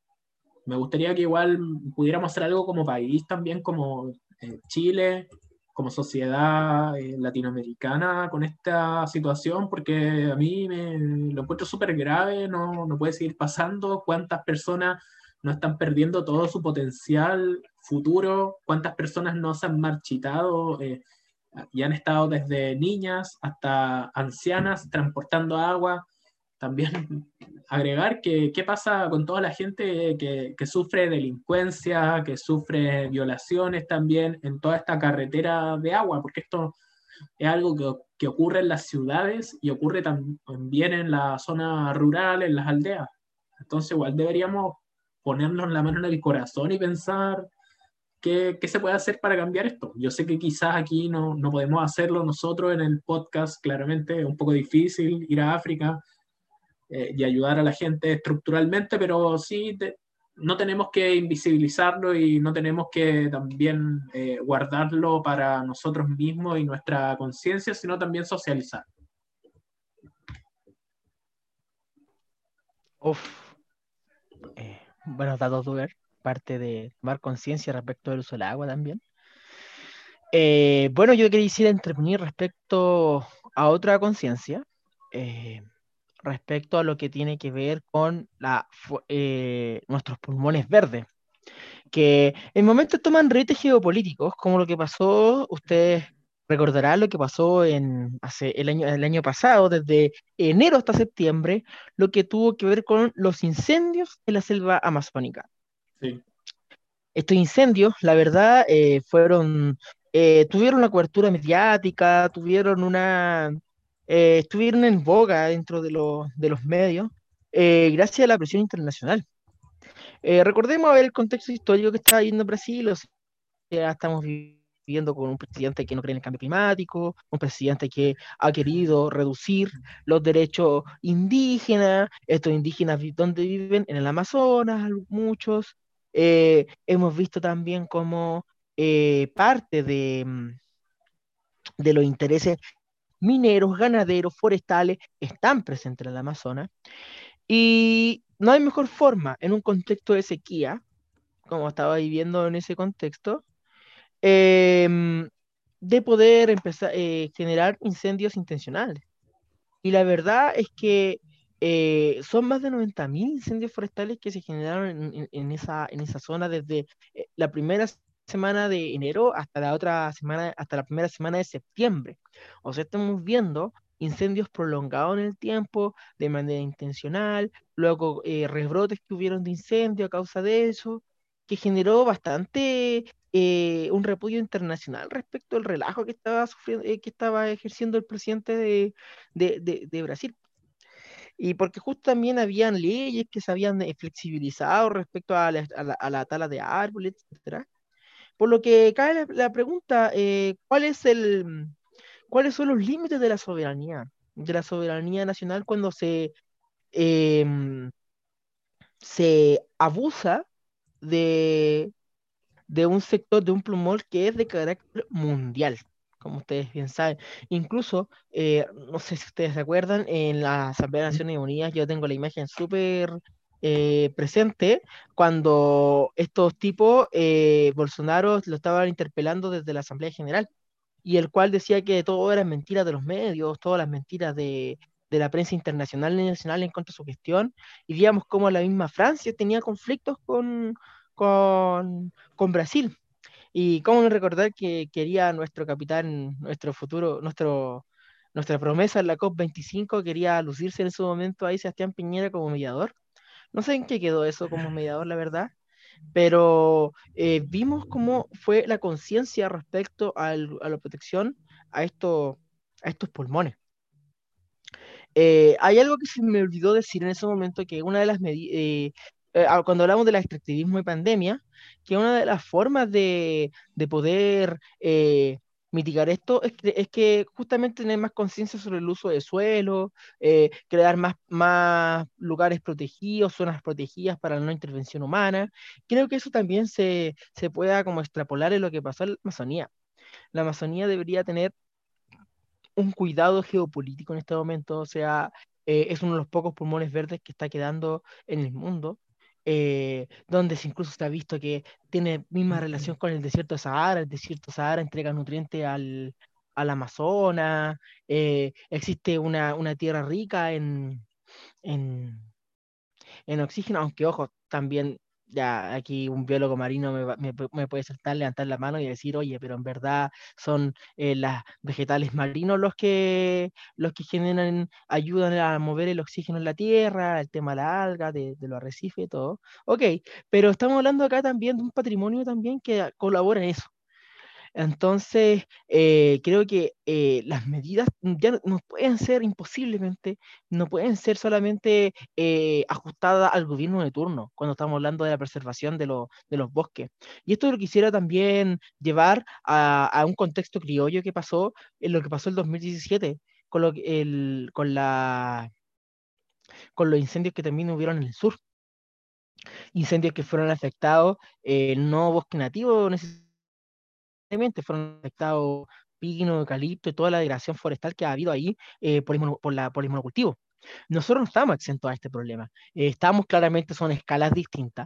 Me gustaría que igual pudiéramos hacer algo como país también, como eh, Chile, como sociedad eh, latinoamericana con esta situación, porque a mí me lo encuentro súper grave, no, no puede seguir pasando. ¿Cuántas personas no están perdiendo todo su potencial futuro? ¿Cuántas personas no se han marchitado eh, y han estado desde niñas hasta ancianas transportando agua? También agregar que qué pasa con toda la gente que, que sufre delincuencia, que sufre violaciones también en toda esta carretera de agua, porque esto es algo que, que ocurre en las ciudades y ocurre también en la zona rural, en las aldeas. Entonces igual deberíamos ponernos la mano en el corazón y pensar qué, qué se puede hacer para cambiar esto. Yo sé que quizás aquí no, no podemos hacerlo nosotros en el podcast, claramente es un poco difícil ir a África eh, y ayudar a la gente estructuralmente, pero sí te, no tenemos que invisibilizarlo y no tenemos que también eh, guardarlo para nosotros mismos y nuestra conciencia, sino también socializar. Uf. Eh, buenos datos, Duber, parte de tomar conciencia respecto del uso del agua también. Eh, bueno, yo quisiera intervenir respecto a otra conciencia, eh, respecto a lo que tiene que ver con la, fu- eh, nuestros pulmones verdes, que en momentos toman retos geopolíticos, como lo que pasó, ustedes recordarán lo que pasó en, hace el año, el año pasado, desde enero hasta septiembre, lo que tuvo que ver con los incendios en la selva amazónica. Sí. Estos incendios, la verdad, eh, fueron, eh, tuvieron una cobertura mediática, tuvieron una, eh, estuvieron en boga dentro de, los de los medios, eh, gracias a la presión internacional. Eh, recordemos a ver el contexto histórico que está viviendo Brasil, o sea, estamos viviendo con un presidente que no cree en el cambio climático, un presidente que ha querido reducir los derechos indígenas, estos indígenas, vi- ¿dónde viven? En el Amazonas, al- muchos. Eh, hemos visto también cómo eh, parte de, mm, de los intereses mineros, ganaderos, forestales están presentes en el Amazonas. Y no hay mejor forma en un contexto de sequía, como estaba viviendo en ese contexto, em, de poder empezar a generar incendios intencionales. Y la verdad es que eh, son más de noventa mil incendios forestales que se generaron en, en- en esa, en esa zona desde eh, la primera semana de enero hasta la otra semana, hasta la primera semana de septiembre. O sea, estamos viendo incendios prolongados en el tiempo, de manera intencional, luego eh, rebrotes que hubieron de incendio a causa de eso, que generó bastante eh, un repudio internacional respecto al relajo que estaba sufriendo, eh, que estaba ejerciendo el presidente de, de, de- de Brasil. Y porque justo también habían leyes que se habían eh, flexibilizado respecto a la, a la- a la tala de árboles, etcétera. Por lo que cae la, la pregunta, eh, ¿cuál es el, cuáles son los límites de la soberanía, de la soberanía nacional cuando se, em, se abusa de de un sector, de un pulmón que es de carácter mundial, como ustedes bien saben? Incluso, eh, no sé si ustedes se acuerdan, en la Asamblea de Naciones Unidas yo tengo la imagen súper eh, presente cuando estos tipos, eh, Bolsonaro, lo estaban interpelando desde la Asamblea General, y el cual decía que todo era mentira de los medios, todas las mentiras de, de la prensa internacional y nacional en contra de su gestión, y veíamos cómo la misma Francia tenía conflictos con, con, con Brasil. Y cómo no recordar que quería nuestro capitán, nuestro futuro, nuestro, nuestra promesa en la COP veinticinco, quería lucirse en su momento ahí Sebastián Piñera como mediador. No sé en qué quedó eso como mediador, la verdad, pero eh, vimos cómo fue la conciencia respecto al- a la protección a, esto- a estos pulmones. Eh, hay algo que se me olvidó decir en ese momento, que una de las medidas, cuando hablamos del extractivismo y pandemia, que una de las formas de, de poder eh, mitigar esto es que, es que justamente tener más conciencia sobre el uso de suelo, eh, crear más, más lugares protegidos, zonas protegidas para la no intervención humana. Creo que eso también se, se pueda como extrapolar en lo que pasó en la Amazonía. La Amazonía debería tener un cuidado geopolítico en este momento, o sea, eh, es uno de los pocos pulmones verdes que está quedando en el mundo, eh, donde se incluso se ha visto que tiene misma relación con el desierto de Sahara. El desierto de Sahara entrega nutrientes al, al Amazonas, eh, existe una, una tierra rica en, en, en oxígeno, aunque ojo, también ya aquí un biólogo marino me, va- me pu- me puede saltar, levantar la mano y decir, oye, pero en verdad son eh, las vegetales marinos los que, los que generan, ayudan a mover el oxígeno en la tierra, el tema de la alga, de, de los arrecifes y todo. Ok, pero estamos hablando acá también de un patrimonio también que colabora en eso. Entonces, eh, creo que eh, las medidas ya no, no pueden ser imposiblemente, no pueden ser solamente eh, ajustadas al gobierno de turno, cuando estamos hablando de la preservación de, lo- de los bosques. Y esto lo quisiera también llevar a, a un contexto criollo que pasó en lo que pasó el dos mil diecisiete, con, lo que- el- con, la, con los incendios que también hubieron en el sur. Incendios que fueron afectados, eh, no bosque nativo necesariamente, fueron afectados pino, eucalipto y toda la degradación forestal que ha habido ahí eh, por, el mono- por, la, por el monocultivo. Nosotros no estamos exentos a este problema. Eh, estamos claramente, son escalas distintas,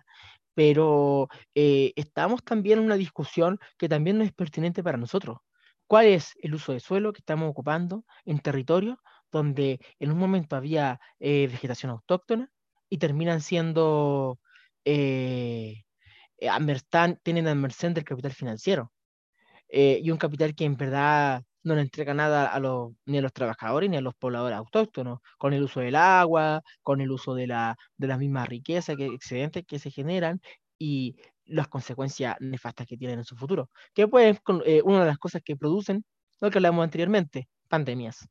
pero eh, estamos también en una discusión que también no es pertinente para nosotros. ¿Cuál es el uso de suelo que estamos ocupando en territorios donde en un momento había eh, vegetación autóctona y terminan siendo, eh, eh, a merced- tienen a merced del capital financiero? Eh, y un capital que en verdad no le entrega nada a los, ni a los trabajadores ni a los pobladores autóctonos, con el uso del agua, con el uso de la, de las mismas riquezas que, excedentes que se generan y las consecuencias nefastas que tienen en su futuro. Que pues con- eh, una de las cosas que producen, lo que hablamos anteriormente, pandemias.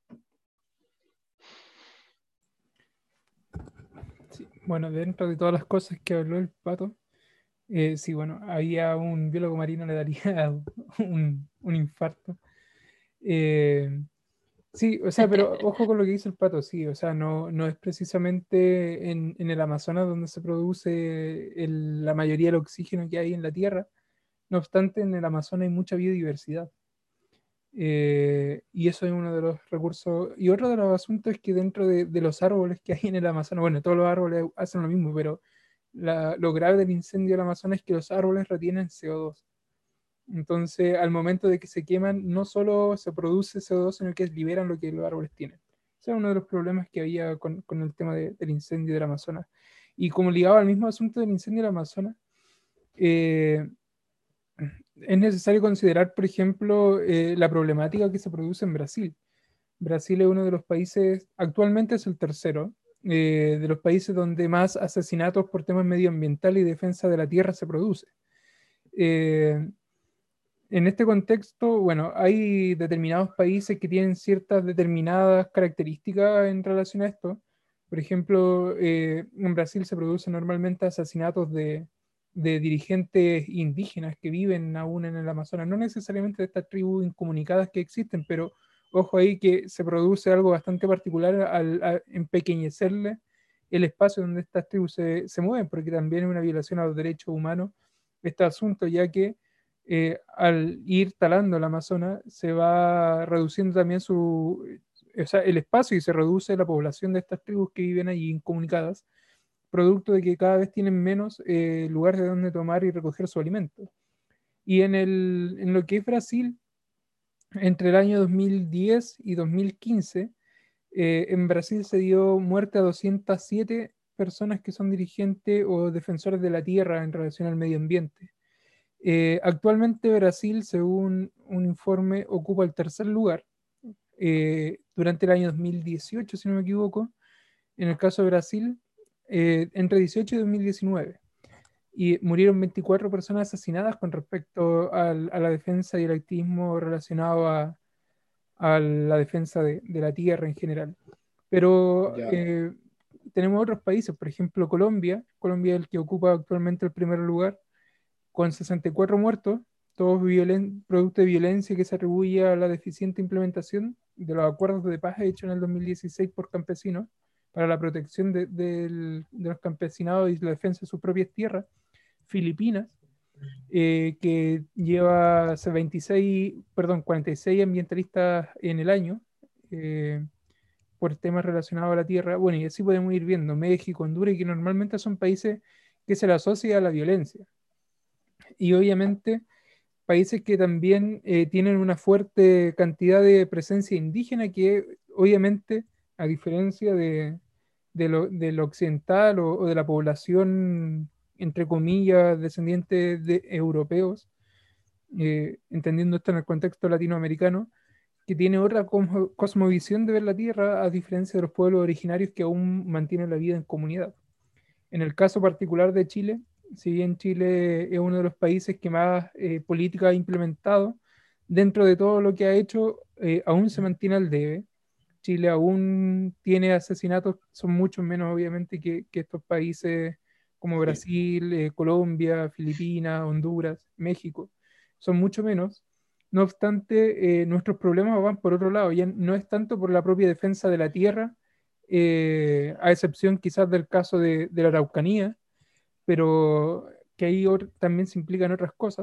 Sí, bueno, dentro de todas las cosas que habló el pato, eh, sí, bueno, había un biólogo marino le daría un, un infarto. Eh, sí, o sea, pero ojo con lo que dice el pato, sí, o sea, no, no es precisamente en, en el Amazonas donde se produce el- la mayoría del oxígeno que hay en la Tierra. No obstante, en el Amazonas hay mucha biodiversidad. Eh, y eso es uno de los recursos. Y otro de los asuntos es que dentro de, de los árboles que hay en el Amazonas, bueno, todos los árboles hacen lo mismo, pero la- lo grave del incendio del Amazonas es que los árboles retienen C O dos. Entonces, al momento de que se queman, no solo se produce C O dos, sino que liberan lo que los árboles tienen. Ese es uno de los problemas que había con, con el tema de- del incendio del Amazonas. Y como ligado al mismo asunto del incendio del Amazonas, eh, es necesario considerar, por ejemplo, eh, la problemática que se produce en Brasil. Brasil es uno de los países, actualmente es el tercero, eh, de los países donde más asesinatos por temas medioambientales y defensa de la tierra se produce. Eh, en este contexto, bueno, hay determinados países que tienen ciertas determinadas características en relación a esto. Por ejemplo, eh, en Brasil se producen normalmente asesinatos de, de dirigentes indígenas que viven aún en el Amazonas, no necesariamente de estas tribus incomunicadas que existen, pero ojo ahí que se produce algo bastante particular al, a empequeñecerle el espacio donde estas tribus se, se mueven, porque también es una violación a los derechos humanos este asunto, ya que eh, al ir talando el Amazonas, se va reduciendo también su, o sea, el espacio y se reduce la población de estas tribus que viven allí incomunicadas, producto de que cada vez tienen menos eh, lugares de donde tomar y recoger su alimento. Y en, el, en lo que es Brasil, entre el año dos mil diez y dos mil quince, eh, en Brasil se dio muerte a doscientas siete personas que son dirigentes o defensores de la tierra en relación al medio ambiente. Eh, actualmente Brasil, según un informe, ocupa el tercer lugar eh, durante el año dos mil dieciocho, si no me equivoco, en el caso de Brasil, eh, entre dieciocho y dos mil diecinueve. Y murieron veinticuatro personas asesinadas con respecto al, a la defensa y el activismo relacionado a, a la defensa de, de, la tierra en general. Pero Ya. eh, tenemos otros países, por ejemplo Colombia, Colombia es el que ocupa actualmente el primer lugar, con sesenta y cuatro muertos, todos violen producto de violencia que se atribuye a la deficiente implementación de los acuerdos de paz hechos en el dos mil dieciséis por campesinos para la protección de, de, de los campesinados y la defensa de sus propias tierras. Filipinas, eh, que lleva veintiséis, perdón, cuarenta y seis ambientalistas en el año eh, por temas relacionados a la tierra. Bueno, y así podemos ir viendo México, Honduras, que normalmente son países que se le asocia a la violencia. Y obviamente países que también eh, tienen una fuerte cantidad de presencia indígena que obviamente, a diferencia de, de lo, de lo occidental o, o de la población, entre comillas, descendientes de europeos, eh, entendiendo esto en el contexto latinoamericano, que tiene otra cosmo- cosmovisión de ver la Tierra, a diferencia de los pueblos originarios que aún mantienen la vida en comunidad. En el caso particular de Chile, si bien Chile es uno de los países que más eh, política ha implementado, dentro de todo lo que ha hecho, eh, aún se mantiene al debe. Chile aún tiene asesinatos, son muchos menos obviamente que, que estos países como Sí. Brasil, eh, Colombia, Filipinas, Honduras, México, son mucho menos. No obstante, eh, nuestros problemas van por otro lado, ya no es tanto por la propia defensa de la tierra, eh, a excepción quizás del caso de, de la Araucanía, pero que ahí or- también se implican otras cosas,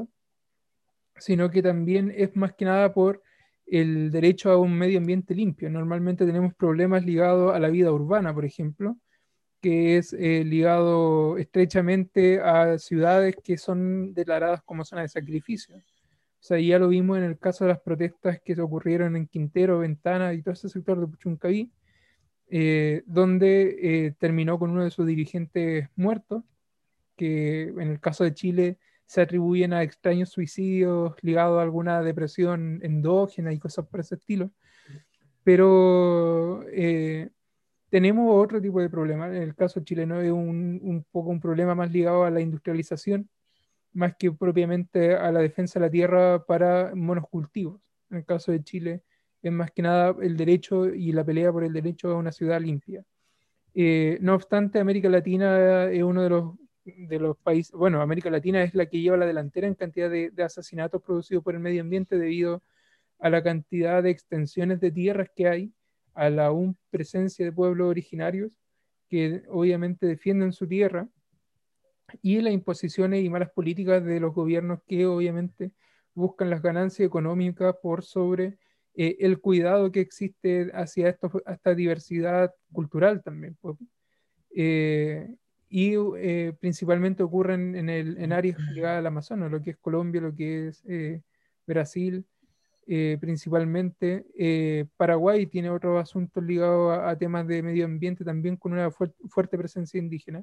sino que también es más que nada por el derecho a un medio ambiente limpio. Normalmente tenemos problemas ligados a la vida urbana, por ejemplo, que que es eh, ligado estrechamente a ciudades que son declaradas como zona de sacrificio. O sea, ya lo vimos en el caso de las protestas que se ocurrieron en Quintero, Ventana y todo ese sector de Puchuncaví, eh, donde eh, terminó con uno de sus dirigentes muertos, que en el caso de Chile se atribuyen a extraños suicidios ligados a alguna depresión endógena y cosas por ese estilo. Pero eh, tenemos otro tipo de problema. En el caso chileno es un, un poco un problema más ligado a la industrialización, más que propiamente a la defensa de la tierra para monocultivos. En el caso de Chile es más que nada el derecho y la pelea por el derecho a una ciudad limpia. Eh, no obstante, América Latina es uno de los, de los países, bueno, América Latina es la que lleva la delantera en cantidad de, de asesinatos producidos por el medio ambiente debido a la cantidad de extensiones de tierras que hay, a la aún presencia de pueblos originarios que obviamente defienden su tierra y las imposiciones y malas políticas de los gobiernos que obviamente buscan las ganancias económicas por sobre eh, el cuidado que existe hacia esto, esta diversidad cultural también. Pues. Eh, y eh, principalmente ocurren en, el, en áreas ligadas al Amazonas, lo que es Colombia, lo que es eh, Brasil, eh, principalmente. Eh, Paraguay tiene otros asuntos ligados a, a, temas de medio ambiente también con una fuer fuerte presencia indígena.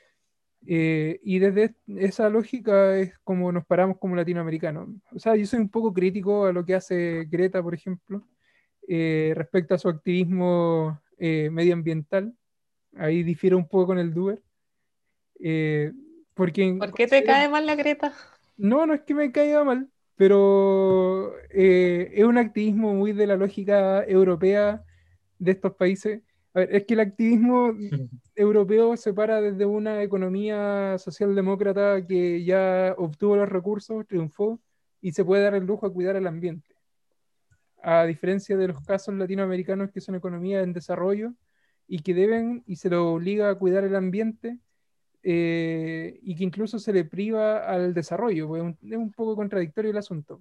Eh, y desde esa lógica es como nos paramos como latinoamericanos. O sea, yo soy un poco crítico a lo que hace Greta, por ejemplo, eh, respecto a su activismo eh, medioambiental. Ahí difiere un poco con el Duber. Eh, porque ¿Por qué te cae mal la Greta? No, no es que me caiga mal, pero eh, es un activismo muy de la lógica europea de estos países. A ver, es que el activismo europeo se para desde una economía socialdemócrata que ya obtuvo los recursos, triunfó y se puede dar el lujo a cuidar el ambiente. A diferencia de los casos latinoamericanos que son economías en desarrollo y que deben y se lo obliga a cuidar el ambiente eh, y que incluso se le priva al desarrollo, pues es un, es un poco contradictorio el asunto.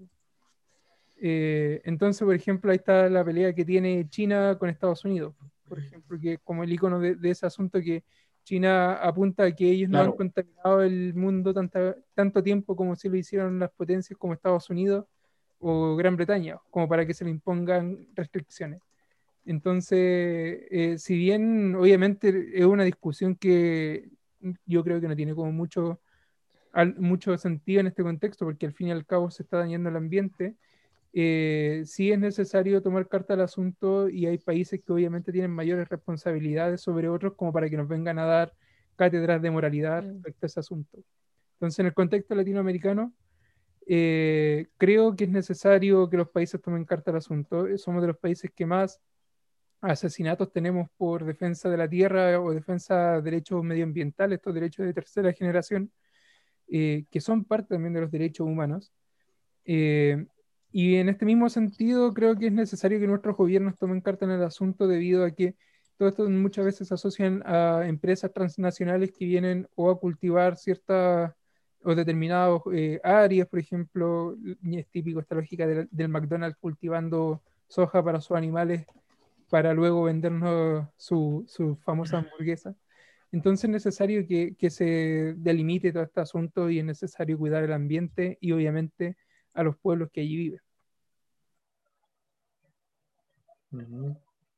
Eh, entonces, por ejemplo, ahí está la pelea que tiene China con Estados Unidos, por ejemplo, que es como el icono de, de ese asunto que China apunta a que ellos no han Claro. contaminado el mundo tanta, tanto tiempo como si lo hicieron las potencias como Estados Unidos o Gran Bretaña, como para que se le impongan restricciones. Entonces, eh, si bien obviamente es una discusión que yo creo que no tiene como mucho, al- mucho sentido en este contexto, porque al fin y al cabo se está dañando el ambiente, eh, sí es necesario tomar carta al asunto y hay países que obviamente tienen mayores responsabilidades sobre otros como para que nos vengan a dar cátedras de moralidad Mm. respecto a ese asunto. Entonces, en el contexto latinoamericano, eh, creo que es necesario que los países tomen carta al asunto. Somos de los países que más asesinatos tenemos por defensa de la tierra o defensa de derechos medioambientales, estos derechos de tercera generación, eh, que son parte también de los derechos humanos. Eh, y en este mismo sentido, creo que es necesario que nuestros gobiernos tomen carta en el asunto debido a que todo esto muchas veces se asocian a empresas transnacionales que vienen o a cultivar ciertas o determinadas eh, áreas, por ejemplo, y es típico esta lógica del, del McDonald's cultivando soja para sus animales para luego vendernos su, su famosa hamburguesa. Entonces es necesario que, que se delimite todo este asunto y es necesario cuidar el ambiente y obviamente a los pueblos que allí viven. Ujú.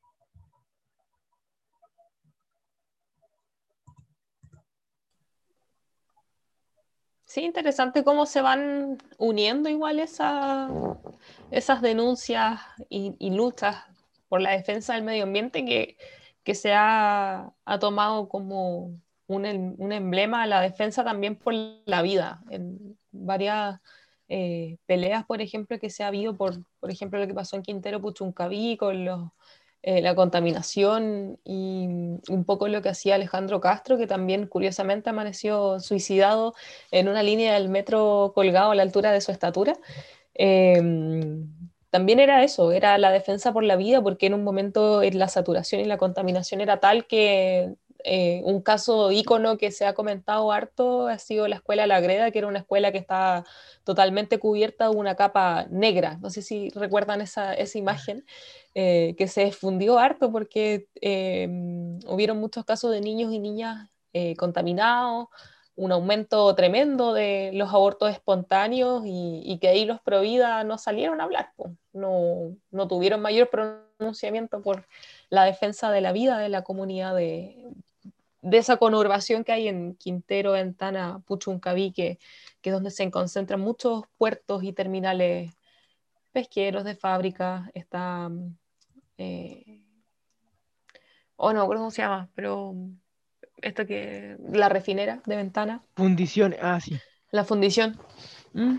Sí, interesante cómo se van uniendo igual esa, esas denuncias y, y luchas por la defensa del medio ambiente que, que se ha, ha tomado como un, em- un emblema a la defensa también por la vida. En varias eh, peleas, por ejemplo, que se ha habido por, por ejemplo, lo que pasó en Quintero Puchuncaví con los, eh, la contaminación y un poco lo que hacía Alejandro Castro, que también curiosamente amaneció suicidado en una línea del metro colgado a la altura de su estatura. Eh, También era eso, era la defensa por la vida, porque en un momento la saturación y la contaminación era tal que eh, un caso ícono que se ha comentado harto ha sido la escuela La Greda, que era una escuela que estaba totalmente cubierta de una capa negra. No sé si recuerdan esa, esa imagen, eh, que se difundió harto porque eh, hubieron muchos casos de niños y niñas eh, contaminados, un aumento tremendo de los abortos espontáneos y, y que ahí los Provida no salieron a hablar, po. No, no tuvieron mayor pronunciamiento por la defensa de la vida de la comunidad de, de esa conurbación que hay en Quintero, Ventana, Puchuncaví, que, que es donde se concentran muchos puertos y terminales pesqueros de fábrica. Está, eh, oh no me acuerdo cómo se llama, pero esto que, la refinera de Ventana, Fundiciones, ah, sí, la fundición. Mm.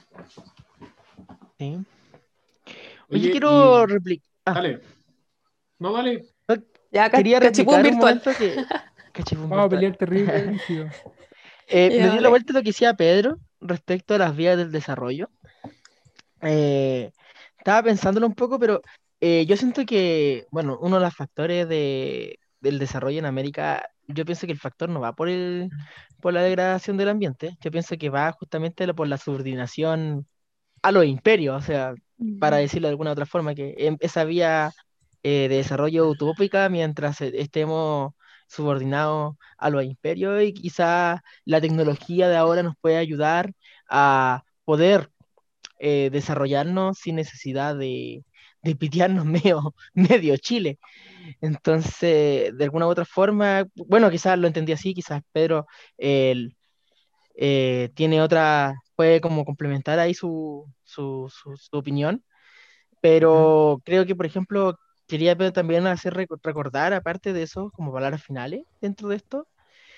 sí. Oye, Oye, quiero y replicar. Ah, dale, no, dale. no, Ya, quería cachipún replicar un virtual. momento que. Cachipún Vamos a virtual. pelear terrible, brígido. Eh, me Ya, dio la vale. vuelta lo que decía Pedro respecto a las vías del desarrollo. Eh, Estaba pensándolo un poco, pero eh, yo siento que, bueno, uno de los factores de, del desarrollo en América, yo pienso que el factor no va por el, por la degradación del ambiente, yo pienso que va justamente la- por la subordinación a los imperios, o sea, para decirlo de alguna otra forma, que em- esa vía eh, de desarrollo utópica mientras eh, estemos subordinados a los imperios y quizá la tecnología de ahora nos puede ayudar a poder eh, desarrollarnos sin necesidad de, de pitearnos medio, medio Chile. Entonces, de alguna u otra forma, bueno, quizás lo entendí así, quizás Pedro el, eh, tiene otra, puede como complementar ahí su, su, su, su opinión, Ujú. pero creo que, por ejemplo, quería pe- también hacer reco- recordar, aparte de eso, como palabras finales dentro de esto,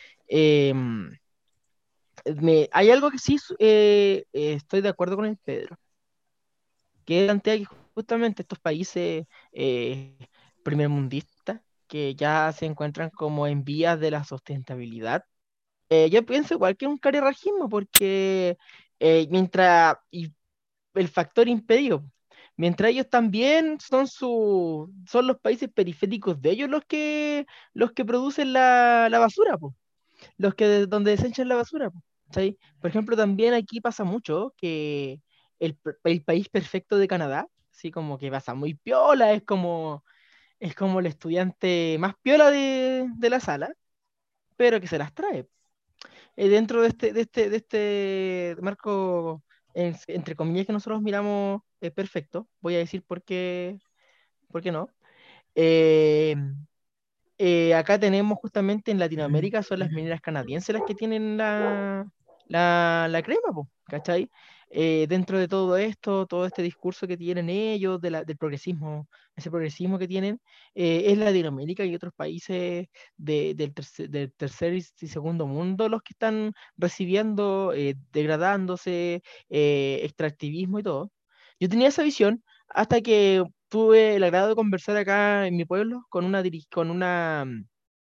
em, me, hay algo que sí su- eh, eh, estoy de acuerdo con el Pedro que plantea que justamente estos países eh, primermundistas que ya se encuentran como en vías de la sustentabilidad, eh, yo pienso igual que un carerrajismo, porque eh, mientras y el factor impedido, mientras ellos también son su, son los países periféricos de ellos los que los que producen la, la basura, po, los que donde desechan la basura, po, ¿cachai? Por ejemplo, también aquí pasa mucho que el, p- el país perfecto de Canadá, así como que pasa muy piola, es como, es como el estudiante más piola de, de la sala, pero que se las trae. Eh, dentro de este, de este, de este marco, en- entre comillas, que nosotros miramos eh, perfecto, voy a decir por qué, por qué no. Eh, eh, Acá tenemos justamente en Latinoamérica, son las mineras canadienses las que tienen la, la, la crema, po, ¿cachai? Eh, dentro de todo esto, todo este discurso que tienen ellos, de la- del progresismo, ese progresismo que tienen, eh, es Latinoamérica y otros países de- del, tercer, del tercer y y segundo mundo los que están recibiendo, eh, degradándose, eh, extractivismo y todo. Yo tenía esa visión hasta que tuve el agrado de conversar acá en mi pueblo con una, diri- con una, mm,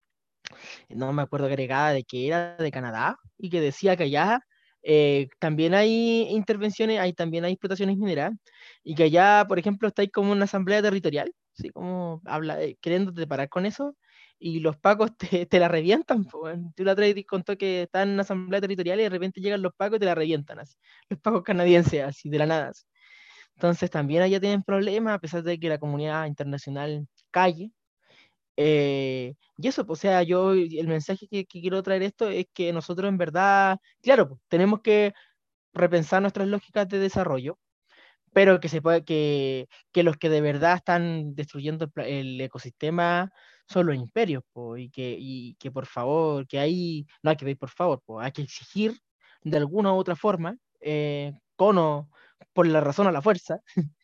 no me acuerdo agregada de que era de Canadá y que decía que allá eh, también hay intervenciones, hay, también hay explotaciones mineras y que allá, por ejemplo, está ahí como una asamblea territorial, así como habla, eh, queriéndote parar con eso y los pacos te, te la revientan. Po, weón. Tú la otra vez contó que está en una asamblea territorial y de repente llegan los pacos y te la revientan así. Los pacos canadienses, así de la nada. Así. Entonces también allá tienen problemas, a pesar de que la comunidad internacional calle. Eh, y eso, pues, o sea, yo el mensaje que, que quiero traer esto es que nosotros en verdad, claro, pues, tenemos que repensar nuestras lógicas de desarrollo, pero que se puede, que, que los que de verdad están destruyendo el, pla- el ecosistema son los imperios, pues, y que, y que por favor, que hay, no hay que pedir por favor, pues, hay que exigir de alguna u otra forma, eh, con o por la razón o la fuerza,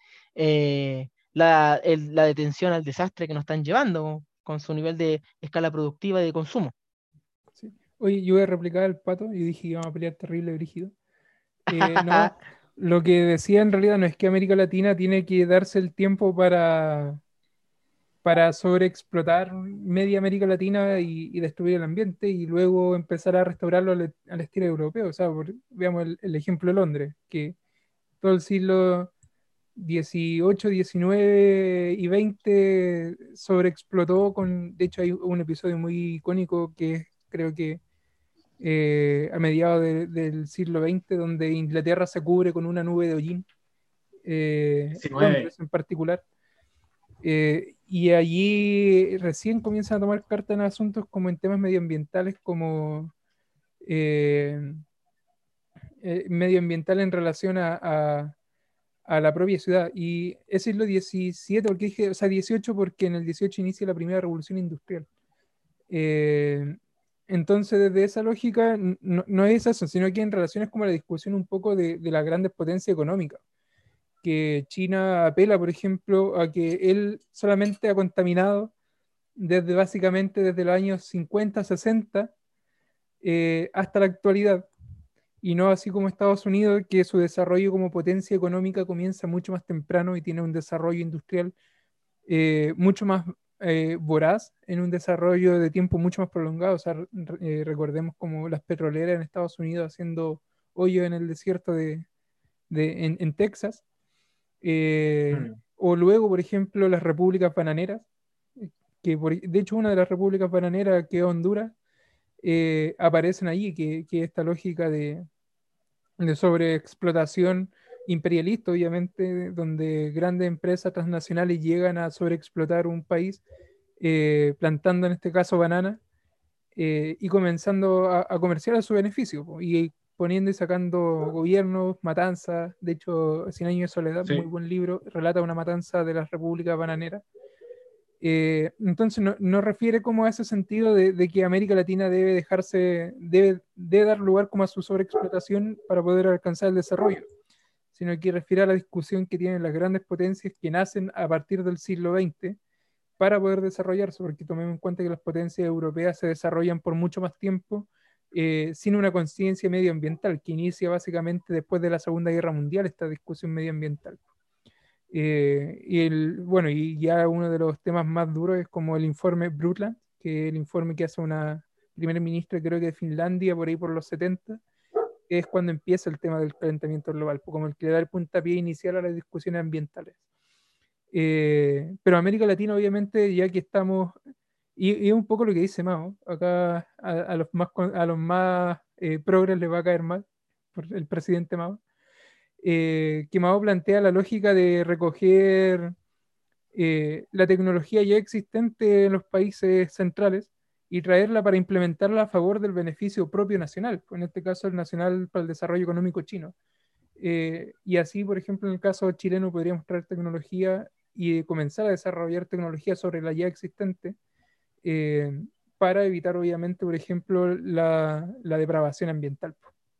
eh, la, el- la detención al desastre que nos están llevando con su nivel de escala productiva y de consumo. Sí. Oye, yo voy a replicar al pato y dije que íbamos a pelear terrible, brígido. Eh, no, lo que decía en realidad no es que América Latina tiene que darse el tiempo para, para sobreexplotar media América Latina y, y destruir el ambiente y luego empezar a restaurarlo al, al estilo europeo. O sea, por- veamos el, el ejemplo de Londres, que todo el siglo dieciocho, diecinueve y veinte sobreexplotó con, de hecho hay un episodio muy icónico que es, creo que eh, a mediados de- del siglo veinte, donde Inglaterra se cubre con una nube de hollín, eh, diecinueve. Londres en particular, eh, y allí recién comienzan a tomar carta en asuntos como en temas medioambientales, como eh, eh, medioambiental en relación a, a- a la propia ciudad. Y es siglo diecisiete, porque dije, o sea, dieciocho, porque en el dieciocho inicia la primera revolución industrial. Eh, entonces, desde esa lógica, n- no, no es eso, sino que en relación es como la discusión un poco de, de las grandes potencias económicas, que China apela, por ejemplo, a que él solamente ha contaminado desde básicamente desde los años cincuenta, sesenta, eh, hasta la actualidad, y no así como Estados Unidos, que su desarrollo como potencia económica comienza mucho más temprano y tiene un desarrollo industrial eh, mucho más eh, voraz, en un desarrollo de tiempo mucho más prolongado. O sea, re- eh, recordemos como las petroleras en Estados Unidos haciendo hoyo en el desierto de, de- en, en Texas, eh, Mm. o luego, por ejemplo, las repúblicas bananeras, eh, que por- de hecho una de las repúblicas bananeras, que es Honduras, eh, aparecen allí, que, que esta lógica de, de sobreexplotación imperialista, obviamente, donde grandes empresas transnacionales llegan a sobreexplotar un país, eh, plantando en este caso banana, eh, y comenzando a, a comerciar a su beneficio, po, y poniendo y sacando gobiernos, matanzas. De hecho, Cien años de soledad, muy Sí. buen libro, relata una matanza de las repúblicas bananeras. Eh, entonces no, no refiere como a ese sentido de, de que América Latina debe dejarse, debe, debe dar lugar como a su sobreexplotación para poder alcanzar el desarrollo, sino que refiere a la discusión que tienen las grandes potencias que nacen a partir del siglo veinte para poder desarrollarse, porque tomemos en cuenta que las potencias europeas se desarrollan por mucho más tiempo, eh, sin una conciencia medioambiental, que inicia básicamente después de la Segunda Guerra Mundial esta discusión medioambiental. Eh, y el, bueno, y ya uno de los temas más duros es como el informe Brundtland, que es el informe que hace una primera ministra, creo que de Finlandia, por ahí por los setenta, que es cuando empieza el tema del calentamiento global, como el que le da el puntapié inicial a las discusiones ambientales. Eh, pero América Latina, obviamente, ya que estamos, y, y es un poco lo que dice Mao, acá a, a los más, con- a los más eh, progres les va a caer mal por el presidente Mao, eh, que Mao plantea la lógica de recoger eh, la tecnología ya existente en los países centrales y traerla para implementarla a favor del beneficio propio nacional, en este caso el nacional para el desarrollo económico chino. Eh, y así, por ejemplo, en el caso chileno podríamos traer tecnología y comenzar a desarrollar tecnología sobre la ya existente, eh, para evitar, obviamente, por ejemplo, la, la depravación ambiental.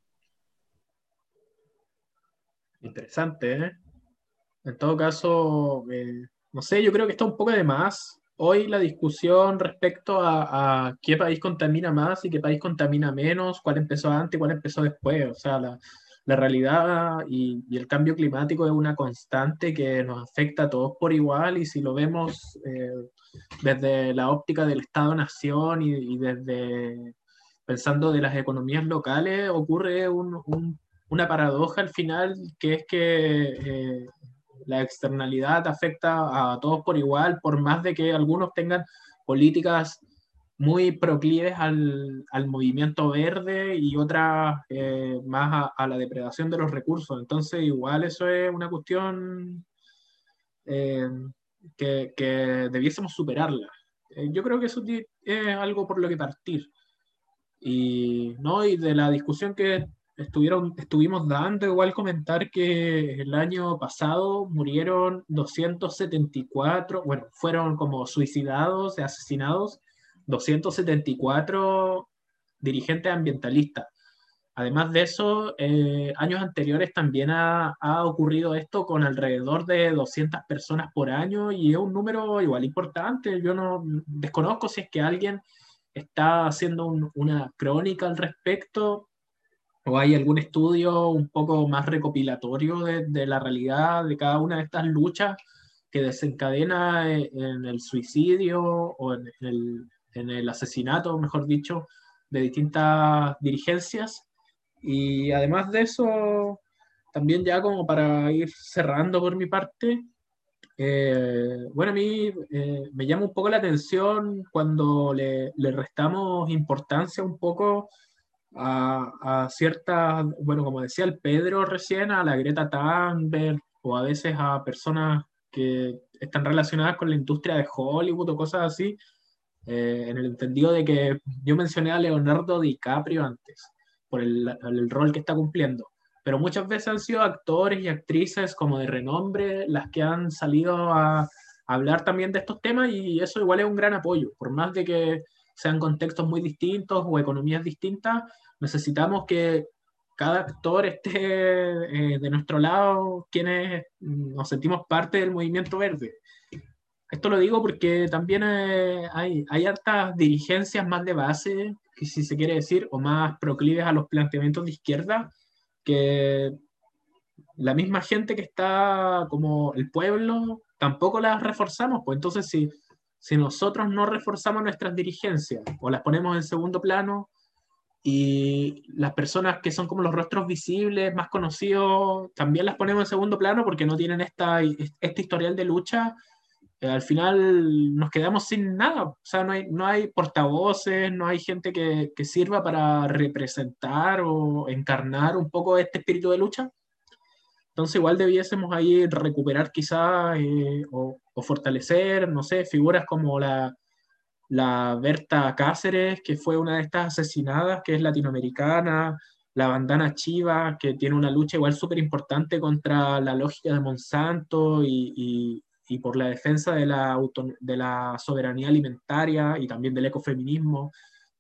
Interesante, ¿eh? En todo caso, eh, no sé, yo creo que está un poco de más hoy la discusión respecto a, a qué país contamina más y qué país contamina menos, cuál empezó antes y cuál empezó después. O sea, la, la realidad y, y el cambio climático es una constante que nos afecta a todos por igual, y si lo vemos eh, desde la óptica del Estado-Nación y, y desde pensando de las economías locales, ocurre un- un- una paradoja al final, que es que eh, la externalidad afecta a todos por igual, por más de que algunos tengan políticas muy proclives al, al movimiento verde y otras eh, más a, a la depredación de los recursos. Entonces, igual eso es una cuestión eh, que, que debiésemos superarla. Eh, yo creo que eso ti- es algo por lo que partir. Y, ¿no? Y de la discusión que estuvieron, estuvimos dando, igual comentar que el año pasado murieron doscientos setenta y cuatro, bueno, fueron como suicidados, asesinados, doscientos setenta y cuatro dirigentes ambientalistas. Además de eso, eh, años anteriores también ha, ha ocurrido esto con alrededor de doscientas personas por año, y es un número igual importante. Yo no desconozco si es que alguien está haciendo un- una crónica al respecto, o hay algún estudio un poco más recopilatorio de, de la realidad de cada una de estas luchas que desencadena en, en el suicidio o en el, en el asesinato, mejor dicho, de distintas dirigencias. Y además de eso, también ya como para ir cerrando por mi parte, eh, bueno, a mí eh, me llama un poco la atención cuando le, le restamos importancia un poco a, a ciertas, bueno, como decía el Pedro recién, a la Greta Thunberg o a veces a personas que están relacionadas con la industria de Hollywood o cosas así, eh, en el entendido de que yo mencioné a Leonardo DiCaprio antes, por el, el rol que está cumpliendo, pero muchas veces han sido actores y actrices como de renombre las que han salido a hablar también de estos temas y eso igual es un gran apoyo, por más de que sean contextos muy distintos o economías distintas, necesitamos que cada actor esté eh, de nuestro lado, quienes nos sentimos parte del movimiento verde. Esto lo digo porque también eh, hay, hay hartas dirigencias más de base, que si se quiere decir, o más proclives a los planteamientos de izquierda, que la misma gente que está como el pueblo, tampoco las reforzamos. Pues entonces, si, si nosotros no reforzamos nuestras dirigencias o las ponemos en segundo plano, y las personas que son como los rostros visibles, más conocidos, también las ponemos en segundo plano porque no tienen esta, este historial de lucha, eh, al final nos quedamos sin nada. O sea, no hay, no hay portavoces, no hay gente que, que sirva para representar o encarnar un poco este espíritu de lucha. Entonces igual debiésemos ahí recuperar quizás eh, o, o fortalecer, no sé, figuras como la, la Berta Cáceres, que fue una de estas asesinadas, que es latinoamericana, la Bandana Chiva, que tiene una lucha igual súper importante contra la lógica de Monsanto y, y- y por la defensa de la, auto- de la soberanía alimentaria y también del ecofeminismo.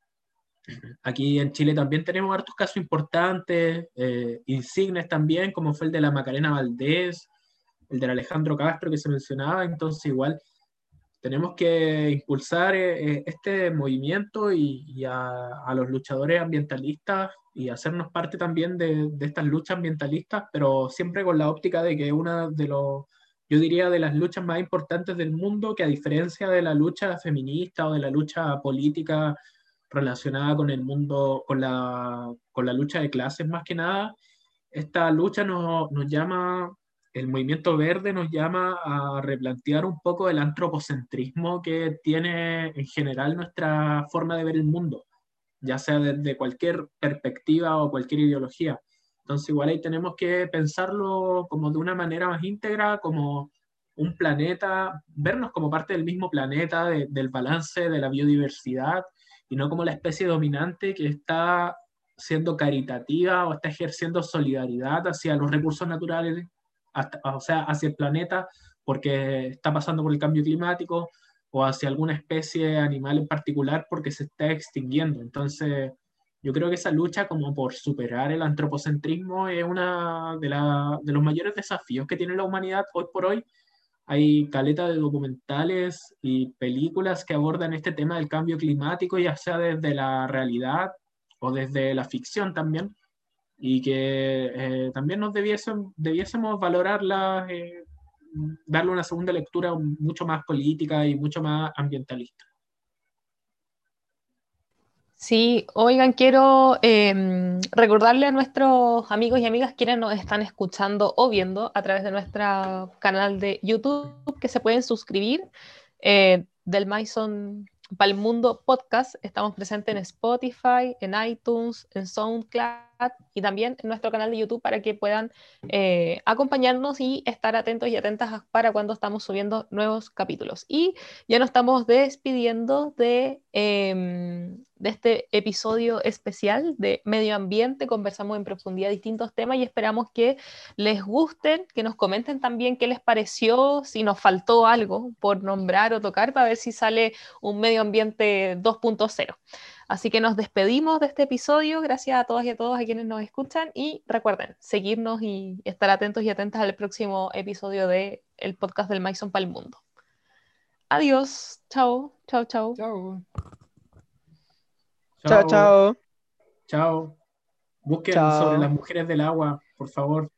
Aquí en Chile también tenemos hartos casos importantes, eh, insignes también, como fue el de la Macarena Valdés, el del Alejandro Castro que se mencionaba, entonces igual tenemos que impulsar eh, eh, este movimiento y, y a, a los luchadores ambientalistas y hacernos parte también de, de estas luchas ambientalistas, pero siempre con la óptica de que una de los, yo diría, de las luchas más importantes del mundo, que a diferencia de la lucha feminista o de la lucha política relacionada con el mundo, con la, con la lucha de clases más que nada, esta lucha nos, nos llama, el movimiento verde nos llama a replantear un poco el antropocentrismo que tiene en general nuestra forma de ver el mundo, ya sea desde cualquier perspectiva o cualquier ideología. Entonces, igual ahí tenemos que pensarlo como de una manera más íntegra, como un planeta, vernos como parte del mismo planeta, de- del balance de la biodiversidad, y no como la especie dominante que está siendo caritativa o está ejerciendo solidaridad hacia los recursos naturales, hasta- o sea, hacia el planeta, porque está pasando por el cambio climático, o hacia alguna especie animal en particular porque se está extinguiendo. Entonces, yo creo que esa lucha como por superar el antropocentrismo es uno de, la- de los mayores desafíos que tiene la humanidad hoy por hoy. Hay caleta de documentales y películas que abordan este tema del cambio climático, ya sea desde la realidad o desde la ficción también, y que eh, también nos debiésemos, debiésemos valorarlas, eh, darle una segunda lectura mucho más política y mucho más ambientalista. Sí, oigan, quiero em, recordarle a nuestros amigos y amigas quienes nos están escuchando o viendo a través de nuestro canal de YouTube que se pueden suscribir eh, del Maison Palmundo Podcast. Estamos presentes en Spotify, en iTunes, en SoundCloud y también en nuestro canal de YouTube para que puedan eh, acompañarnos y estar atentos y atentas para cuando estamos subiendo nuevos capítulos. Y ya nos estamos despidiendo de, eh, de este episodio especial de medio ambiente. Conversamos en profundidad distintos temas y esperamos que les gusten, que nos comenten también qué les pareció, si nos faltó algo por nombrar o tocar para ver si sale un medio ambiente dos punto cero. Así que nos despedimos de este episodio. Gracias a todas y a todos a quienes nos escuchan y recuerden seguirnos y estar atentos y atentas al próximo episodio del podcast del Maison para el Mundo. Adiós. Chao, chao, chao. Chao. Chao, Chao, chao. chao. Busquen sobre las Chao. mujeres del agua, por favor.